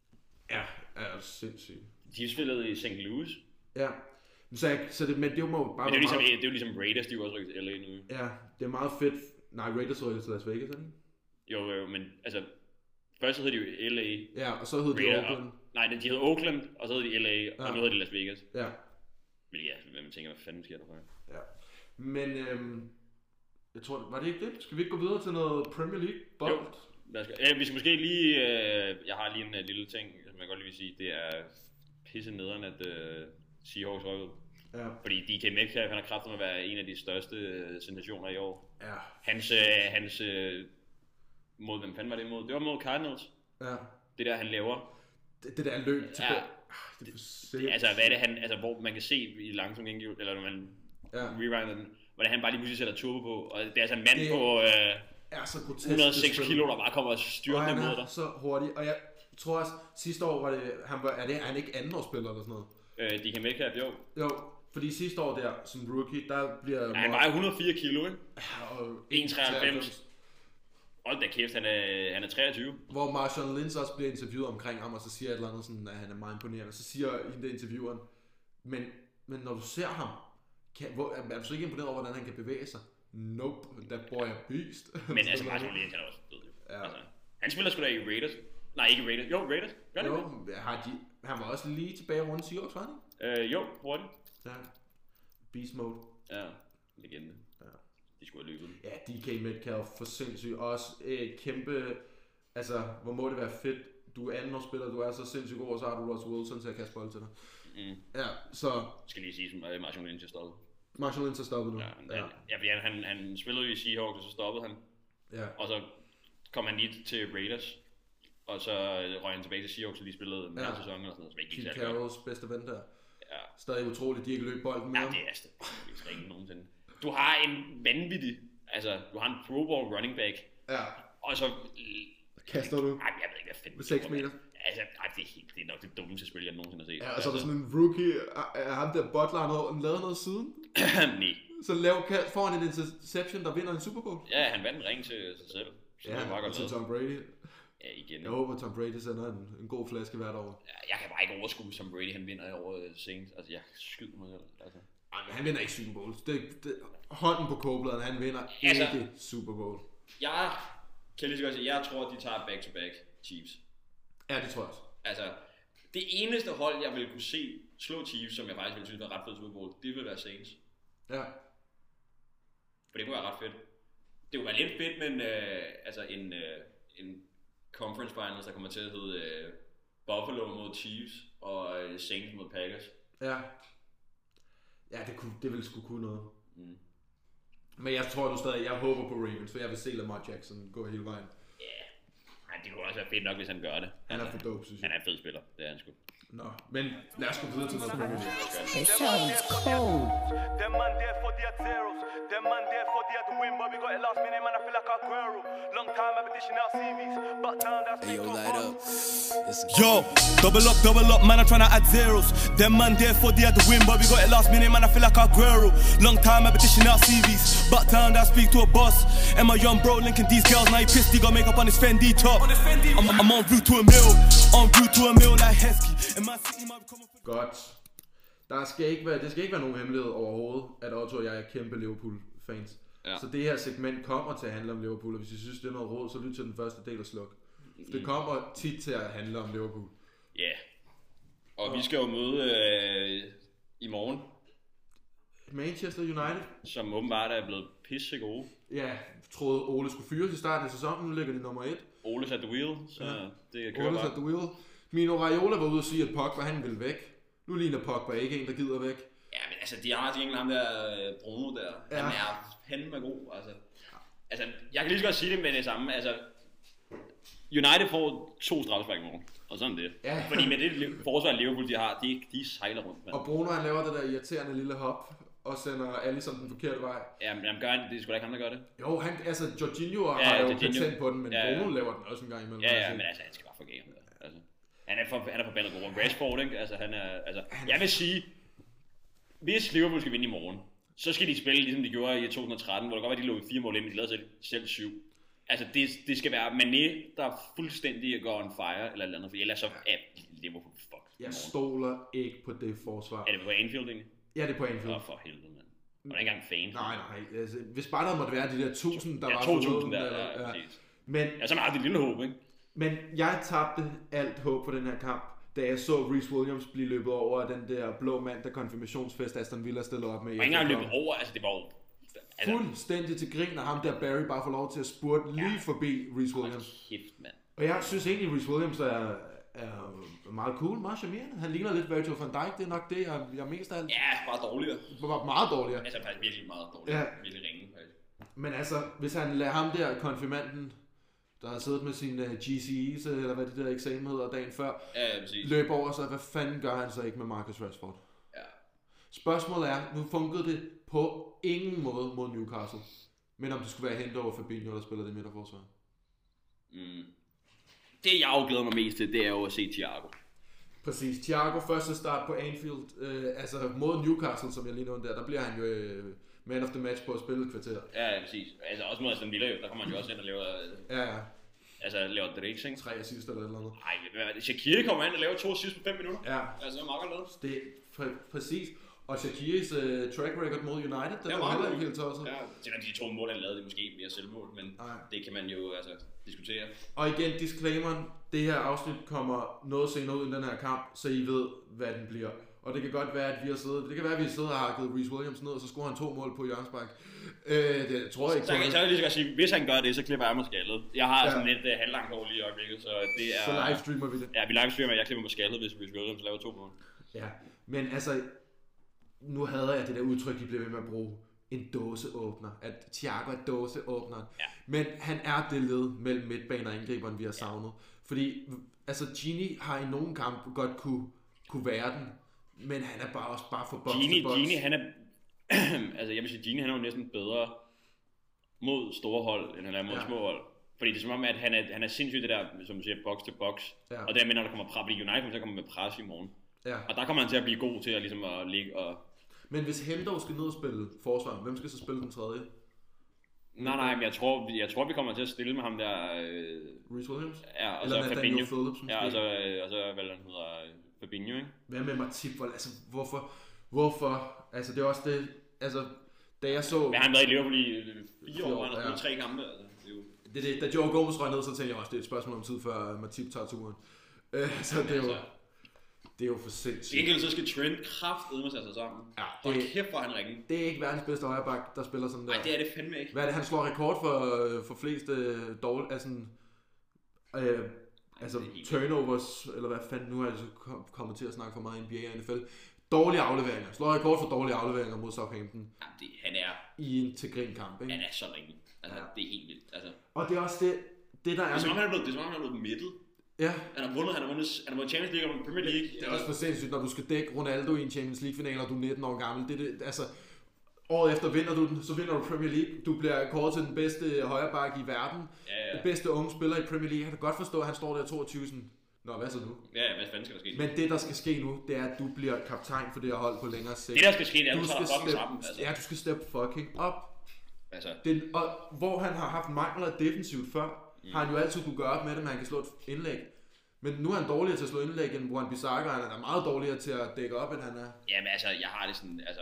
Ja, er sindssygt. De spillede i Saint Louis. Ja, så, jeg, så det, men det må bare men det er, ligesom, meget... det er jo ligesom Raiders, de er jo også rykket til L A nu. Ja, det er meget fedt. Nej, Raiders rykket til Las Vegas, er det ikke? Jo, jo, men altså, først så hed de jo L A. Ja, og så hed de Oakland. Og, nej, de hed Oakland, og så hed de L A, ja. Og nu hedder de Las Vegas. Ja. Men ja, hvad man tænker, hvad fanden sker der for jer? Ja, men øhm, jeg tror, var det ikke det? Skal vi ikke gå videre til noget Premier League bold? Jo. Ja, vi skal måske lige, øh, jeg har lige en uh, lille ting, som jeg godt lige vil sige, det er pisse nederen, at uh, Seahawks røg ud. Ja. Fordi D K Metcalf, han har kraftet med at være en af de største uh, sensationer i år. Ja. Hans, uh, hans uh, mod, hvem fanden var det imod? Det var mod Cardinals. Ja. Det der, han laver. Det, det der løb til. Ja. Det, det, det, altså, hvad er det, han, altså, hvor man kan se i langsom gengivelse, eller når man ja. rewinder den, hvordan han bare lige pludselig sætter turbo på, og det er altså en mand det... på... Uh, er så grotesk. et hundrede og seks kilo, der bare kommer og styrter imod dig. Så hurtigt, og jeg tror også, sidste år var det, han var, er det, er han ikke andenårsspiller eller sådan noget? Øh, de kan ikke have, jo. Jo, fordi sidste år der, som rookie, der bliver... Ja, han vejer et hundrede og fire kilo, ikke? Og en komma treoghalvfems. Hold da kæft, han er, han er treogtyve. Hvor Marshawn Lynch også bliver interviewet omkring ham, og så siger et eller andet sådan, at han er meget imponerende. Så siger hende intervieweren, men, men når du ser ham, kan, hvor, er du så ikke imponeret over, hvordan han kan bevæge sig? Nope, that boy er beast. Men altså, Marshawn Lynch er også død. Ja. Altså, han spiller sgu da i Raiders. Nej, ikke Raiders. Jo, Raiders. Gør det jo, har de, han var også lige tilbage rundt Seahawks, var han ikke? Øh, jo, hurtigt. Ja. Beast mode. Ja, legende. Ja. De skulle have løbet. Ja, D K Metcalf for sindssygt. Også øh, kæmpe, altså, hvor må det være fedt. Du er andenårsspiller, du er så sindssygt god, og så har du Russell Wilson til at kaste bold til dig. Mm. Ja, så... Skal lige sige, at Marshawn Lynch er stoppet. Marshawn Lynch er stoppet nu. Ja, ja. ja fordi han, han, han spillede jo i Seahawks, og så stoppede han. Ja. Og så kom han lige til Raiders. Og så røg han tilbage til Seahawks, og de spillede en ja. sæson eller sådan noget, som ikke gik særlig godt. Carrolls bedste ven der. Ja. Stadig utroligt, de ikke løb bolden med. Ja, det er stadig ikke nogensinde. Du har en vanvittig, altså du har en Pro Bowl running back. Ja. Og så... Kaster du? Nej, jeg ved ikke, hvad fanden. Med seks meter? Altså, ej, det er, helt, det er nok det dummeste spil, jeg nogensinde har set. Ja, og så er der sådan en rookie, er ham der Butler, han lavede noget siden? Nej. Så lav, får han en interception, der vinder en Super Bowl? Ja, han vandt en ring til sig selv. Så ja, og til Tom Brady. Ja, igen. Jeg håber, Tom Brady sender en, en god flaske hvert år. Ja, jeg kan bare ikke overskue, Tom Brady han vinder i år Saints. Altså, jeg skyder mig selv. Altså. Ej, men han vinder ikke Super Bowl. Det, det, hånden på kogebladen, han vinder altså, ikke Super Bowl. Jeg kan lige så godt sige, jeg tror, de tager back-to-back Chiefs. Ja, det tror jeg også. Altså, det eneste hold, jeg ville kunne se slå Chiefs, som jeg faktisk ville synes var ret fedt Super Bowl, det ville være Saints. Ja. For det kunne være ret fedt. Det kunne være lidt fedt, men øh, altså en, øh, en conference finals, der kommer til at hedde øh, Buffalo mod Chiefs og øh, Saints mod Packers. Ja. Ja, det, kunne, det ville sgu kunne noget. Mm. Men jeg tror du stadig, jeg håber på Ravens, for jeg vil se Lamar Jackson gå hele vejen. Ja, yeah. Det kunne også være fedt nok, hvis han gør det. Han er for dope, synes jeg. Han er en fed spiller, det er han sgu. Nå, men lad os gå videre til noget Premier League. It sounds cold. Them man there for the zeros. Them man there for the win, but we got it last minute, man. I feel like Aguero. Long time I've been dishing out C Vs, but down that's hey, yo, light up. Yo, double up, double up, man. I'm trying to add zeros. Them man there for the win, but we got it last minute, man. I feel like Aguero. Long time I've been dishing out C Vs, but down that speak to a boss. And my young bro linking these girls, now he pissed. He got makeup on his Fendi top. I'm, I'm on route to a mill, on route to a mill like Heskey. Godt. Der skal ikke være, det skal ikke være nogen hemmelighed overhovedet, at Otto og jeg er kæmpe Liverpool-fans. Ja. Så det her segment kommer til at handle om Liverpool, og hvis I synes, det er noget råd, så lyt til den første del og sluk. Mm. Det kommer tit til at handle om Liverpool. Ja. Yeah. Og vi skal jo møde øh, i morgen. Manchester United. Som åbenbart er blevet pisse gode. Ja, troede Ole skulle fyres i starten af sæsonen, nu ligger de nummer et. Ole's at the wheel, så ja. Det kører Ole's at the wheel. Mino Raiola var ude og sige, at Pogba han ville væk. Nu ligner Pogba ikke en, der gider væk. Ja, men altså, de har til gengæld ham der Bruno der. Ja. Han er fandme god, altså. Altså, jeg kan lige så godt sige det med det samme, altså. United får to straffespark i morgen, og sådan det. Ja. Fordi med det forsvar Liverpool de har, de, de sejler rundt. Man. Og Bruno han laver det der irriterende lille hop, og sender Alisson den forkerte vej. Ja, men han gør, det er sgu da ikke ham, der gør det. Jo, han, altså Jorginho ja, har jo patent på den, men ja, ja. Bruno laver den også en gang imellem. Ja, ja, men altså, han skal bare forgave ham der. Altså, han er, for, han er forbandet god. Rashford, ikke? Altså, han er, altså, jeg vil sige, hvis Liverpool skal vinde i morgen, så skal de spille ligesom de gjorde i to tusind og tretten, hvor det godt var, at de lå fire mål ind, men de lavede selv, selv syv. Altså, det, det skal være Mané, der er fuldstændig går on fire, eller eller andet, for ellers så er Liverpool fuck. Jeg stoler ikke på det forsvar. Er det på Anfield egentlig? Ja, det er på Anfield. Åh, for helvede, mand. Og der er ikke engang fan. Nej, nej. Altså, hvis bare der måtte være de der tusind, der ja, var to tusind der, der, ja, ja. Men, ja, så har det lille håb, ikke? Men jeg tabte alt håb på den her kamp, da jeg så Reece Williams blive løbet over af den der blå mand, der konfirmationsfest Aston Villa stillede op med. Og ikke engang løbet over, altså det var jo... Altså, fuldstændig til grin, og ham der Barry bare får lov til at spurte lige ja. forbi Reece Williams. Kæft, mand. Og jeg synes egentlig, Reece Williams er, er meget cool, meget charmerende. Han ligner lidt Virgil van Dijk, det er nok det, jeg, jeg er mest af alt. Ja, bare dårligere. Bare meget dårligere. Altså faktisk virkelig meget dårligere. Ja. Virkelig ringe, faktisk. Men altså, hvis han lader ham der konfirmanden, der har siddet med sine uh, G C E's, eller hvad det der eksamen hedder dagen før, ja, præcis. løb over sig, hvad fanden gør han så ikke med Marcus Rashford? Ja. Spørgsmålet er, nu fungerede det på ingen måde mod Newcastle, men om det skulle være hentet over Fabinho, der spiller det midterforsvar. Mm. Det jeg jo glæder mig mest til, det er jo at se Thiago. Præcis, Thiago første start på Anfield, øh, altså mod Newcastle, som jeg lige nævnte der, der bliver han jo øh, man of the match på at spille et kvarter. Ja, ja, præcis. Altså også mod Aston Villa, der kommer han jo også ind og laver... Ja, ja. Altså laver Drix, ikke? Tre assist eller et eller andet. Ej, Shaqiri kommer ind og laver to assist på fem minutter. Ja. Altså, det er meget godt lavet. Det er pr- præcis. Og Shaqiris uh, track record mod United, det er heller ikke helt tosset. Ja, selvom de to mål, han lavede, det måske mere selvmål, men Ej. det kan man jo altså diskutere. Og igen, disclaimeren, det her afsnit kommer noget senere ud i den her kamp, så I ved, hvad den bliver. Og det kan godt være, at vi har siddet, det kan være, at vi har siddet og har givet Reece Williams ned, og så scorer han to mål på hjørnespark. Øh, det tror jeg ikke. Så, så, så jeg lige skal sige, hvis han gør det, så klipper jeg mig skaldet. Jeg har ja. sådan lidt uh, halvlangt hår lige i øjeblikket, så det er... Så livestreamer vi det. Ja, vi livestreamer, jeg klipper mig skaldet, hvis Reece Williams laver to mål. Ja, men altså... Nu hader jeg det der udtryk, de bliver ved med at bruge. En dåseåbner. At Thiago er dåseåbneren. Ja. Men han er det led mellem midtbane og angriberen, vi har savnet. Ja. Fordi, altså Gini har i nogle kampe godt kunne, kunne være den. Men han er bare også bare for box Gini, til box. Gini, han er... altså jeg vil sige, Gini han er jo næsten bedre mod store hold, end han er mod ja. små hold. Fordi det er som om, at han er, han er sindssygt det der, som du siger, box til box. Ja. Og dermed, når der kommer pres i United, så kommer med pres i morgen. Ja. Og der kommer han til at blive god til at, ligesom at ligge og... Men hvis Hendo skal ned og spille forsvar, hvem skal så spille den tredje? Nej, nej, men jeg tror, jeg tror vi kommer til at stille med ham der... Øh... Reece Williams? Ja, og eller så Fabinho. Phillips, ja, og så, øh, og så hvad han hedder, Fabinho, ikke? Hvad med Matip? Altså, hvorfor? Hvorfor? Altså, det er også det... Altså, da jeg så... Men han har været i Liverpool i fire år, han har spillet tre kampe, altså. Det er jo... det, det, da Joe Gomez røg ned, så tænkte jeg også, det er et spørgsmål om tid, før Matip tager turen. Øh, så det er jo... Det er jo for sindssygt. Egentlig så skal Trent kraftedeme sætte sig sammen. Ja, det, og kæft for han ringen. Det er ikke verdens bedste højreback, der spiller sådan der. Nej, det er det fandme ikke. Hvad er det, han slår rekord for, for flest øh, dårligt, altså, øh, altså turnovers, eller hvad fanden, nu er jeg så kommet til at snakke for meget N B A og N F L. Dårlige afleveringer. Slår rekord for dårlige afleveringer mod Southampton. Jamen, det, han er... I en til grin kamp, ikke? Han er så ringe. Altså, ja. Det er helt vildt. Altså. Og det er også det, det der er... Det er som om han er blevet, det er, som om, han er blevet midtet. Ja. Han har vundet, han har vundet, han har vundet Champions League og Premier League. Det er også for sindssygt, når du skal dække Ronaldo i en Champions League-final, og du er nitten år gammel. Det, det, altså, året efter vinder du den, så vinder du Premier League. Du bliver kåret til den bedste højreback i verden. Ja, ja. Den bedste unge spiller i Premier League. Jeg kan godt forstå, at han står der toogtyve. Nå, hvad så nu? Ja, hvad fanden skal der ske? Men det, der skal ske nu, det er, at du bliver kaptajn for det her hold på længere sigt. Det, der skal ske, det er, du at du skal step, sammen. Altså. Ja, du skal steppe fucking op. Altså. Den, og hvor han har haft mangler defensivt før, mm. har han jo altid kunne gøre op med det, men han kan slå et indlæg. Men nu er han dårligere til at slå indlæg end Wan Bissaka, han er meget dårligere til at dække op, end han er. Jamen altså, jeg har det sådan, altså...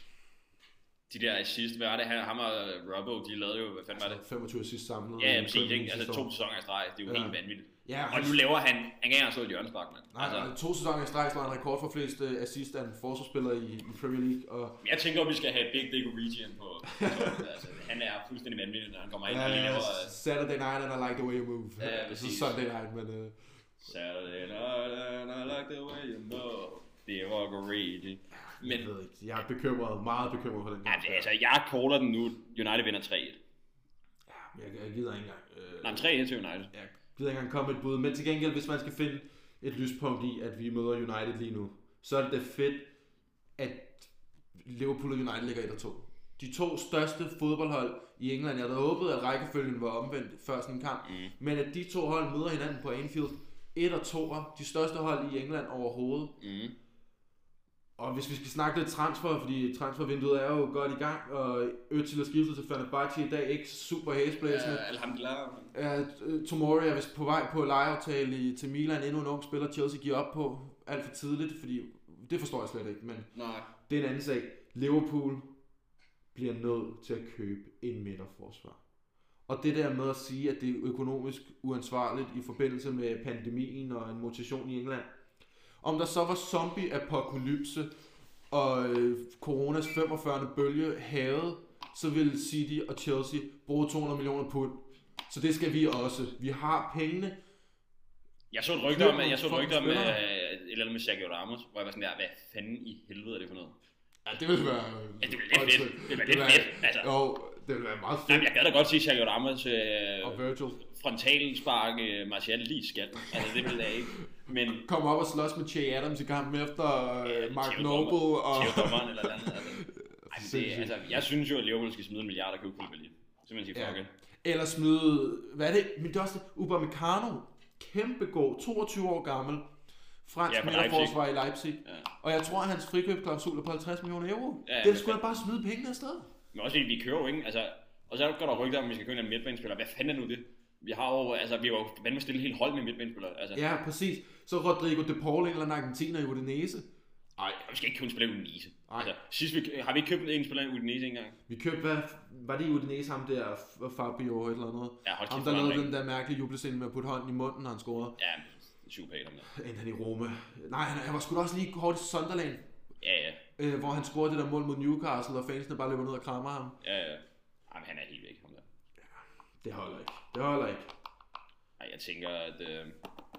De der assist, hvad var det? Ham og Robbo, de lavede jo, hvad fanden var det? femogtyve assist samlet. Ja, jamen, sig, altså to sæsoner i streg, det er jo ja. helt vanvittigt. Ja, og nu laver han, han kan ikke så et hjørnespark, mand. Nej, altså, to sæsoner i streg slår en rekord for flest uh, assist af en forsvarsspiller i, i Premier League. Og... Jeg tænker, at vi skal have Big Dick Region på. Altså, han er fuldstændig vanvittig, når han kommer ind og lige laver... Uh, Saturday night and I like the way you move. Ja, så Sunday night, men... Uh... Saturday night and I like the way you move. Det var Region. Men jeg ved ikke, jeg er bekymret, meget bekymret for den kamp. Ja, altså, jeg caller den nu. United vinder tre et. Ja, jeg, jeg gider ikke engang... Øh... Nej, tre et til United. Jeg gider ikke engang komme med et bud, men til gengæld, hvis man skal finde et lyspunkt i, at vi møder United lige nu, så er det fedt, at Liverpool og United ligger et og to. De to største fodboldhold i England. Jeg havde håbet, at rækkefølgen var omvendt før sådan en kamp, mm. men at de to hold møder hinanden på Anfield, et og to, de største hold i England overhovedet. Mm. Og hvis vi skal snakke lidt transfer, fordi transfervinduet er jo godt i gang, og Özil er skiftet til Fenerbahce i dag, ikke super hæsblæsende. Ja, alhamdulillah. Ja, Tomori er vist på vej på lejeaftale til Milan, endnu en ung spiller, Chelsea giver op på alt for tidligt, fordi det forstår jeg slet ikke, men Nej. det er en anden sag. Liverpool bliver nødt til at købe en midterforsvar. Og det der med at sige, at det er økonomisk uansvarligt i forbindelse med pandemien og en mutation i England. Om der så var zombie-apokalypse og øh, coronas femogfyrre bølge havet, så ville City og Chelsea bruge to hundrede millioner pund. Så det skal vi også. Vi har pengene. Jeg så et rygte om, jeg så et rygte om uh, et eller andet med Sergio Ramos, hvor jeg var sådan der, hvad fanden i helvede er det for noget? Ja, det ville være... Ja, det ville lidt fedt. Det ville lidt fedt, altså. Jo, det ville være meget fedt. Jamen, jeg gad da godt sige Sergio Ramos uh, og Virgil. Frontalen-spark uh, Martial lige i skatten. Altså, det ville jeg ikke. Men... Kom op og slås med Che Adams i kampen efter uh, Mark Noble og... Tjevdommeren eller andet. Altså. Ej, det, altså, jeg synes jo, at Liverpool skal smide en milliard og købe Koulibaly. Simpelthen sige, fuck it. Eller smide... Hvad er det? Men det er også det. Upamecano. Kæmpe god. toogtyve år gammel. Fransk ja, midterforsvar i Leipzig. Ja. Og jeg tror, at hans frikøbsklausul er på halvtreds millioner euro. Ja, det skulle da bare smide pengene afsted. Men også fordi vi kører jo ikke. Altså, og så går der rygter om, at vi skal købe en midtbanespiller. Hvad fanden er nu det? Vi har jo, altså, vi har jo vandet stille helt hold med midtbanespillere. Altså. Ja, præcis. Så Rodrigo de Paul, en eller anden argentiner i Udinese. Nej, vi skal ikke købe en spiller i Udinese. Altså, sidst vi, har vi ikke købt en spiller i Udinese engang? Vi købte, hvad, var det i Udinese ham der, Fabio og et eller andet? Ja, hold ham der lavede den der mærkelige jublescene med at putte hånden i munden, når han scorede. Ja, super ham der. Endte han i Roma. Nej, han, han var sgu da også lige hårdt i Sunderland. Ja, ja. Øh, hvor han scorede det der mål mod Newcastle, og fansene bare løber ned og krammer ham. Ja, ja. Jamen, han er helt væk, ham der. Ja, det holder ikke. Det holder ikke. Nej, jeg tænker, at... Øh...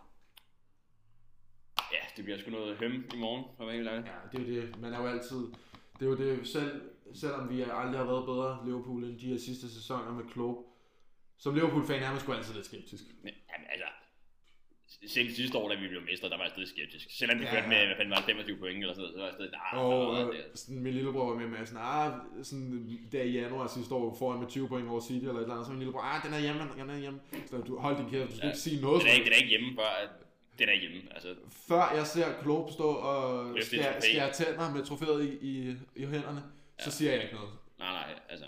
Ja, det bliver sgu noget høm i morgen, for at være helt ærlig. Ja, det er jo det. Man er jo altid... Det er jo det, selv, selvom vi aldrig har været bedre Liverpool end de her sidste sæsoner med Klopp. Som Liverpool-fan er man sgu altid lidt skeptisk. Jamen altså... Selv sidste år, da vi blev mestre, der var jeg stadig skeptisk. Selvom vi ja, førte med, hvad fanden var det, femogtyve point eller sådan noget, så var jeg stadig... Nah, og øh, sådan, min lillebror var med med sådan, ah, sådan der i januar sidste år, foran med tyve point over City eller et eller andet, så min lillebror, ah, den er hjemme, den er hjemme. Så du, hold din kæft, du skal ja, ikke sige noget. Den er, ikke, den er ikke hjemme, før at den er hjemme. Altså. Før jeg ser Klopp stå og skære, skære tænder med trofæet i, i, i hænderne, ja. Så siger jeg ikke noget. Nej, nej, altså.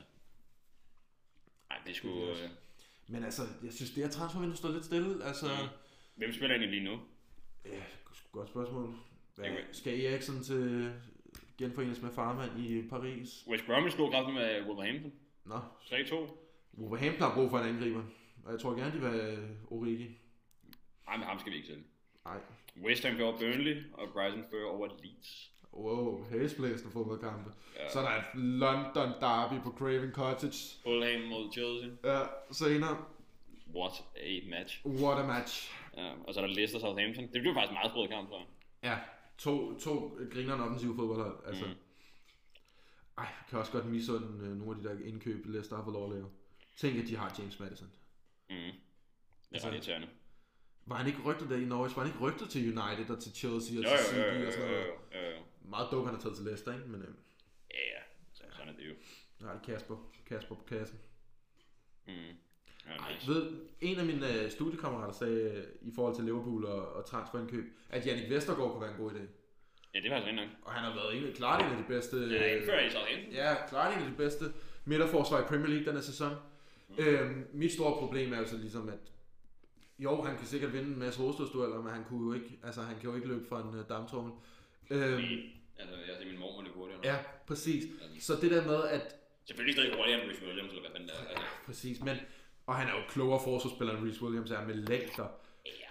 Nej, det er sgu... Øh... Men altså, jeg synes, det her transfervindue står lidt stille, altså... Mm. Hvem spiller egentlig lige nu? Ja, godt spørgsmål. Hvad, skal Eriksen til genforenes med farmand i Paris? West Bromwich slog kraftigt med Wolverhampton. Nå. tre to. Wolverhampton har brug for en angriber. Og jeg tror gerne, de vil Origi. Nej, men ham skal vi ikke sælge. Nej. West Ham fører Burnley, og Brighton fører over Leeds. Wow, hæsblæsende fodboldkampe. Ja. Så der er et London derby på Craven Cottage. Fulham mod Chelsea. Ja, senere. What a match. What a match. Ja, og så er der Leicester Southampton. Det bliver faktisk en meget sprød kamp, tror jeg. Ja, to, to grinerende offensive fodboldhold. Altså. Mm. Ej, jeg kan også godt misunde uh, nogle af de der indkøb, Leicester har fået lov at lave. Tænk, at de har James Maddison. Mm. Det er altså, ret irriterende. Var han ikke rygtet der i Norwich? Var han ikke rygtet til United og til Chelsea og jo, til City jo, jo, og sådan noget? Jo, jo, jo, jo. Meget dog, han har taget til Leicester, ikke? Men, øh, ja, ja. Så, sådan er det jo. Nej, det er Kasper. Kasper på kassen. Mm. Ja, ej, ved, en af mine uh, studiekammerater sagde uh, i forhold til Liverpool og, og transferindkøb, at Jannik Vestergaard kunne være en god idé. Ja, det var altså nok. Og han har været en, klart en af de bedste... Ja, ikke før i Southampton. Ja, klart en af de bedste midterforsvar i Premier League denne sæson. Mm. Øhm, mit store problem er altså ligesom, at jo, han kan sikkert vinde en masse hovedstødsdueller, men han kunne jo ikke, altså han kan jo ikke løbe fra en uh, damptrumle. Øhm, altså, jeg ser min mormor løbe hurtigere. Ja, præcis. Altså. Så det der med, at... Selvfølgelig stadig hurtigere end Reece Williams, eller hvad fanden der er. Altså. Ja, præcis, men... Og han er jo klogere forsvarsspiller end Reece Williams er med længder. Ja.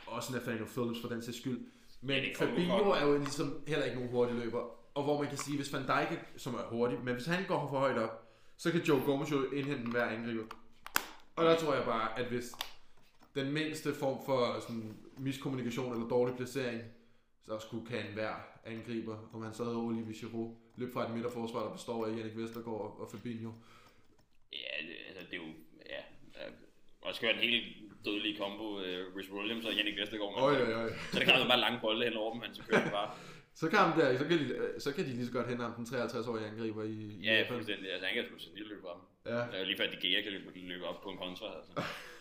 også Nathaniel Phillips for den sags skyld. Men ja, Fabinho er jo ligesom heller ikke nogen hurtig løber. Og hvor man kan sige, hvis Van Dijk, som er hurtig, men hvis han går for højt op, så kan Joe Gomez jo indhente hver angriber. Og der tror jeg bare, at hvis den mindste form for sådan, miskommunikation eller dårlig placering, så skulle kan hver angriber, om han så hedder Olivier Giroud, løbe fra et midterforsvar, der består af Jannik Vestergaard og Fabinho. Ja, det, altså det er jo, ja, og det skal være en helt dødelig kombo, uh, Rhys Williams og Jannik Vestergaard. Øj, øj, øj. Så det kan jo bare lange bolde hen over dem, han så kører det bare. Så kan, der, så, kan de, så kan de lige så godt hente ham den treoghalvtreds-årige angriber i, i ja, Japan. Fuldstændig. Altså han kan sgu sådan lille løbe frem. Ja. Lige før De Gea kan løbe, løbe op på en kontra. Altså.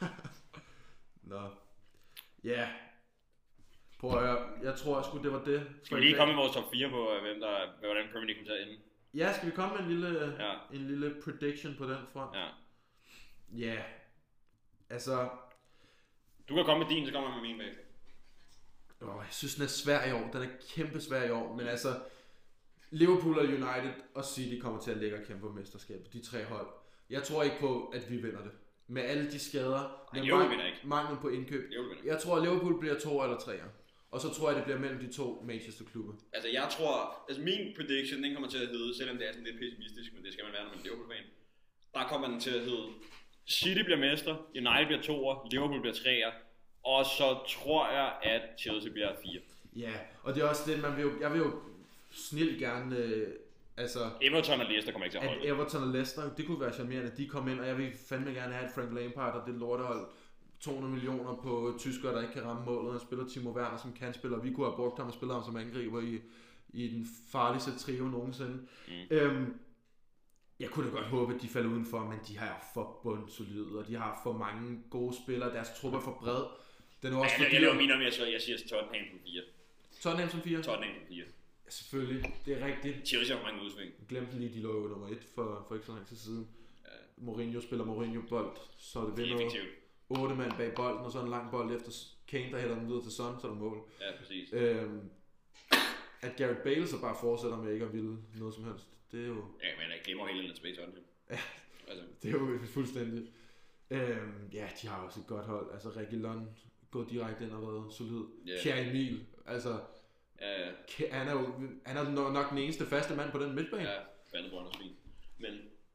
Nå. Ja. Prøv at høre. Jeg tror sgu det var det. Skal vi lige komme med vores top fire på, hvem der, hvordan Premier League kommer til at ende? Ja, skal vi komme med en lille, ja. en lille prediction på den front? Ja. Ja. Altså... Du kan komme med din, så kommer jeg med min bag. Oh, jeg synes, den er svær i år. Den er kæmpe svær i år. Men altså, Liverpool og United og City kommer til at ligge og kæmpe på mesterskabet. De tre hold. Jeg tror ikke på, at vi vinder det. Med alle de skader. Nej, Liverpool vinder ikke. Manglen på indkøb. Jeg tror, at Liverpool bliver to eller treer. Og så tror jeg, det bliver mellem de to Manchester-klubber. Altså, jeg tror... Altså, min prediction, den kommer til at hedde, selvom det er sådan lidt pessimistisk, men det skal man være, når man er Liverpool-fan. Der kommer den til at hedde, City bliver mester, United bliver toer, Liverpool bliver treer. Og så tror jeg, at Chelsea bliver fire. Ja, og det er også det, man vil jo, jeg vil jo snilt gerne, øh, altså... Everton og Leicester kommer ikke til at holde. At Everton og Leicester, det kunne være charmerende, at de kom ind, og jeg vil fandme gerne have et Frank Lampard og det lortehold. to hundrede millioner på tyskere, der ikke kan ramme målet, og spiller Timo Werner som kantspiller. Vi kunne have brugt ham og spillet ham som angriber i, i den farligste trio nogensinde. Mm. Øhm, jeg kunne da godt håbe, at de falder udenfor, men de har for bundsolide, og de har for mange gode spillere. Deres trup er for bred. Den er også ja, jeg, jeg laver min om, jeg, jeg siger Tottenham som fire. Tottenham som fire? Tottenham som fire. Ja, selvfølgelig. Det er rigtigt. Chelsea har mange udsving. Jeg glemte lige, de lå jo nummer et for, for ikke så lang tid siden. Ja. Mourinho spiller Mourinho-bold, så det vinder effektivt. otte mand bag bolden, og så en lang bold efter Kane, der hælder den videre til Son, så er der mål. Ja, præcis. Øhm, at Gareth Bale så bare fortsætter med ikke at ville noget som helst, det er jo... Ja, men jeg glemmer hele den tilbage til Tottenham. Ja, altså. Det er jo fuldstændig. Øhm, ja, de har også et godt hold. Altså, Reguilon går direkte ind og været solid. Yeah. Pierre Emil, altså... Ja, ja. Han er jo han er nok den eneste faste mand på den midtbane. Ja, vandet på svin. Men...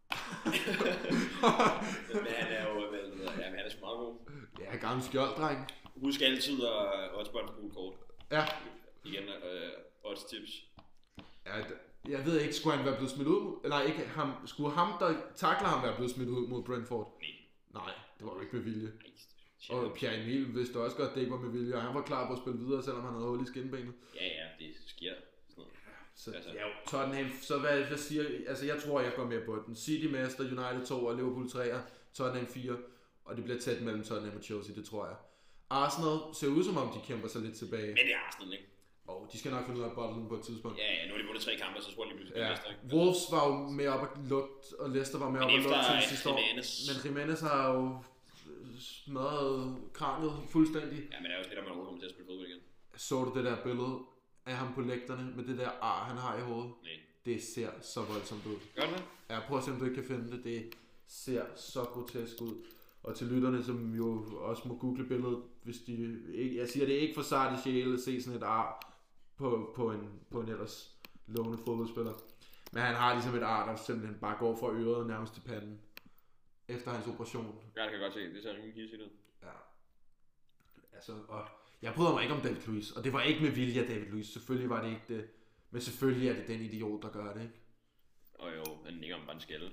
men han er jo... Ja, men han er sgu meget god. Ja, gammel skjolddreng. Husk altid at oddsbånd på gult kort. Ja. Igen, øh, odds tips. Ja, jeg ved ikke, skulle han være blevet smidt ud? Nej, ikke ham. Skulle ham, der takler ham, være blevet smidt ud mod Brentford? Nej. Nej, det var jo ikke med vilje. Og Pierre Emil vidste også godt, at det ikke var med vilje, og han var klar på at spille videre, selvom han havde hul i skinbenet. Ja, ja, det sker. Så, altså. Ja, Tottenham, så hvad jeg siger, altså jeg tror, jeg går med på den. City mester, United to og Liverpool treer, Tottenham fire, og det bliver tæt mellem Tottenham og Chelsea, det tror jeg. Arsenal ser ud som om, de kæmper sig lidt tilbage. Men det er Arsenal, ikke? Og oh, de skal nok finde ud af bottlen på et tidspunkt. Ja, ja, nu har de vundet tre kampe, så tror jeg, de bliver ja. Leicester, ikke? Wolves var jo med op og lugt, og Leicester var med op og lugt til sidste år. Men Jimenez har jo smadret kraniet fuldstændig. Ja, men det er jo fedt, at man overhovedet kommer til at spille fodbold igen. Så du det der billede af ham på lægterne med det der ar, han har i hovedet? Nej. Det ser så voldsomt ud. Gør det? Ja, prøv at se, om du ikke kan finde det. Det ser så grotesk ud. Og til lytterne, som jo også må google billedet, hvis de ikke... Jeg siger, det er ikke for sart i sjæle at se sådan et ar på, på, en, på en ellers lovende fodboldspiller. Men han har ligesom et ar, der simpelthen bare går fra øret nærmest til panden. Efter hans operation. Ja, det kan jeg godt se. Det ser rimelig hissigt ud. Ja. Altså, og jeg bryder mig ikke om David Luiz. Og det var ikke med vilje af David Luiz. Selvfølgelig var det ikke det. Men selvfølgelig er det den idiot, der gør det, ikke? Og jo, han ligger om bare en skalle.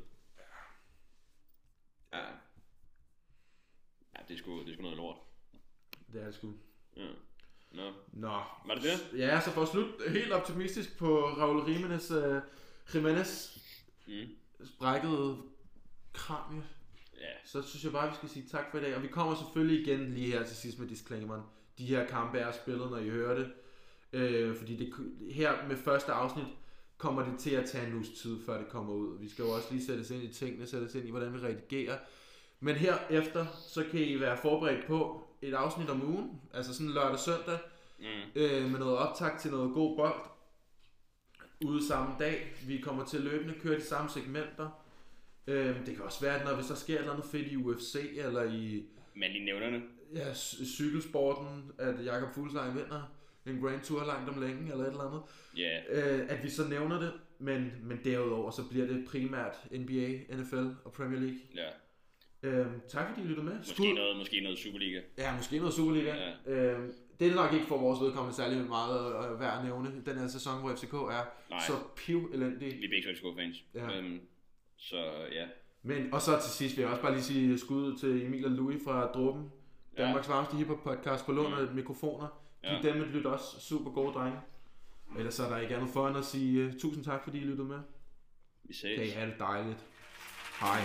Ja. Ja, det er sgu, det er sgu noget lort. Det er det sgu. Ja. Nå. Nå. Var det det? Ja, så for at slutte helt optimistisk på Raul Jimenez, uh, Jimenez mm. sprækkede kranie. Ja. Så synes jeg bare, at vi skal sige tak for i dag. Og vi kommer selvfølgelig igen lige her til sidst med disclaimeren. De her kampe er spillet, når I hører det. Øh, fordi det, her med første afsnit kommer det til at tage en uges tid, før det kommer ud. Vi skal jo også lige sætte os ind i tingene, sætte os ind i, hvordan vi redigerer. Men herefter, så kan I være forberedt på et afsnit om ugen, altså sådan lørdag søndag, mm. øh, med noget optakt til noget god bold, ude samme dag. Vi kommer til løbende køre de samme segmenter. Øh, det kan også være, at når hvis der sker noget fedt i U F C, eller i Men lige nævner det. Ja, cykelsporten, at Jakob Fuglsang vinder en Grand Tour langt om længe, eller et eller andet. Ja. Yeah. Øh, at vi så nævner det, men, men derudover så bliver det primært N B A, N F L og Premier League. Ja. Øhm, tak fordi I lyttede med. Måske Skud... noget, måske noget Superliga. Ja, måske noget Superliga. Ja. Øhm, det er nok ikke for vores vedkommende særlig meget øh, værd at nævne den her sæson, hvor F C K er Nej. så piv elendig. Vi er begge F C K-fans. Ja. Øhm, så ja. Men, og så til sidst vil jeg også bare lige sige skud til Emil og Louis fra Dråben. Ja. Danmarks varmeste hiphop-podcast på lån af mm. mikrofoner. Giv ja. dem et lyt også. Super gode drenge. Ellers så er der ikke andet for end at sige uh, tusind tak, fordi I lyttede med. Vi ses. Kan I have det dejligt. Hej.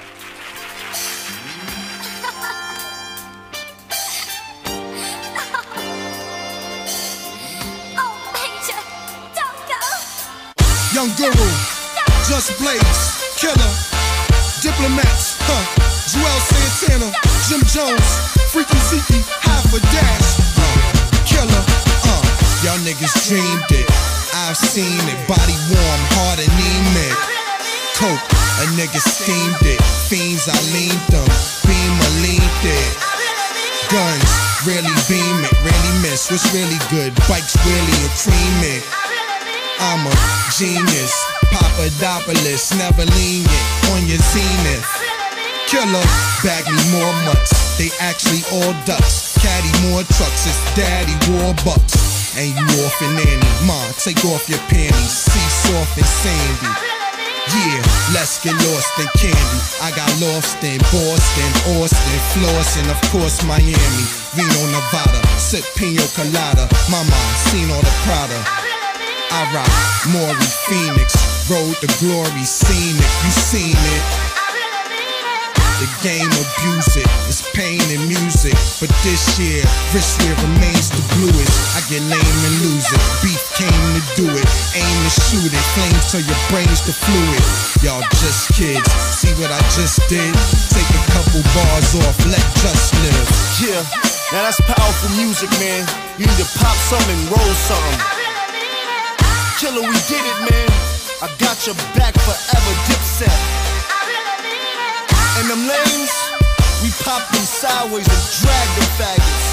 Young Guru, Just Blaze, Killer, Diplomats, huh? Joel Santana, Jim Jones, Freaky Zeke, half a dash, uh, Killer, uh, y'all niggas dreamed it, I've seen it, body warm, heart anemic, coke, a nigga steamed it, fiends I leaned them, beam I leaned it, guns, really beam it, really miss, what's really good, bikes really a cream it. I'm a genius, Papadopoulos, never lenient on your zenith. Killer, bag me more mutts, they actually all ducks. Caddy more trucks, it's daddy war bucks. And you off and nanny, ma, take off your panties, see soft and sandy. Yeah, let's get lost in candy. I got lost in Boston, Austin, Flossin, of course Miami, Reno, Nevada, sip pina colada. Mama, seen all the Prada. I rock Maury Phoenix, road to glory, seen it, you seen it. The game abuse it, it's pain and music. But this year, wristwear remains the bluest. I get lame and lose it, beef came to do it. Aim to shoot it, flames till your brain's the fluid. Y'all just kids, see what I just did? Take a couple bars off, let just live. Yeah, now that's powerful music, man. You need to pop something, roll something. Killer, we did it, man. I got your back forever, Dipset. And them lanes, we pop them sideways and drag them faggots.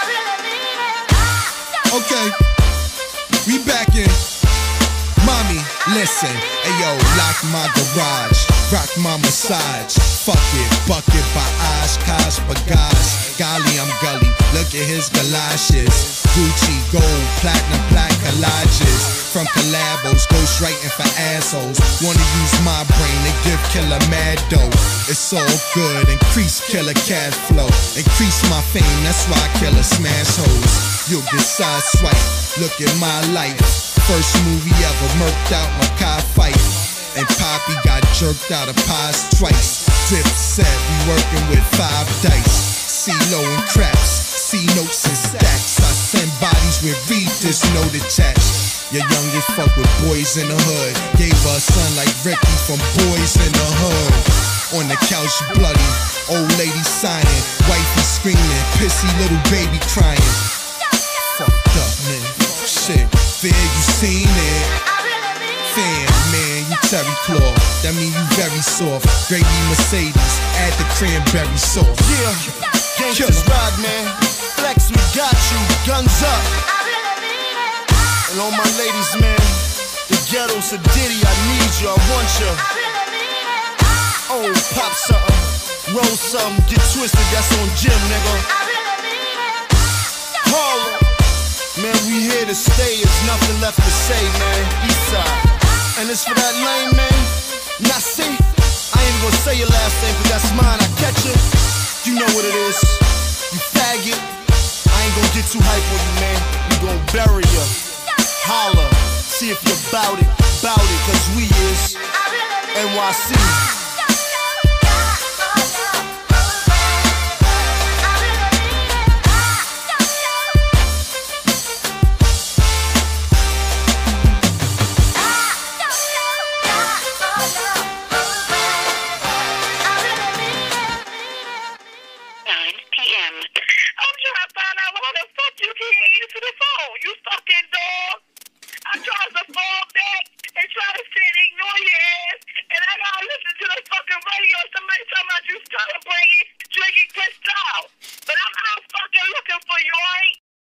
Okay, we back in. Mommy, listen. Ayo, lock my garage, rock my massage. Fuck it, bucket by Oshkosh Bagash. Golly, I'm gully, look at his galoshes. Gucci, gold, platinum, black collages. From collabos, ghostwriting for assholes. Wanna use my brain to give Killer mad dough. It's all good, increase Killer cash flow. Increase my fame, that's why Killer smash hoes. You'll get side swipe, look at my life. First movie ever, murked out my car fight. And Poppy got jerked out of pies twice. Dipset, we working with five dice. C-Lo and craps, C-notes and stacks. I send bodies with read this note attached. Your youngest fuck with boys in the hood. Gave her a son like Ricky from Boys in the Hood. On the couch bloody, old lady sighing, wifey screaming, pissy little baby crying. Fucked up, man. Shit, fear you seen it. Fan, man, you Terry Claw. That mean you very soft. Gravy Mercedes, add the cranberry sauce. Yeah, gangsters ride, man. Flex, we got you. Guns up. And all my ladies, man. The ghetto's a ditty. I need you. I want you. Oh, pop something. Roll something. Get twisted. That's on Jim, nigga. Harlem. Man, we here to stay, there's nothing left to say, man. Eastside. And it's for that lane, man. Now see, I ain't gonna say your last name, cause that's mine. I catch it. You know what it is. You faggot. I ain't gonna get too hype on you, man. We gon' bury you. Holla. See if you're bout it. Bout it, cause we is N Y C.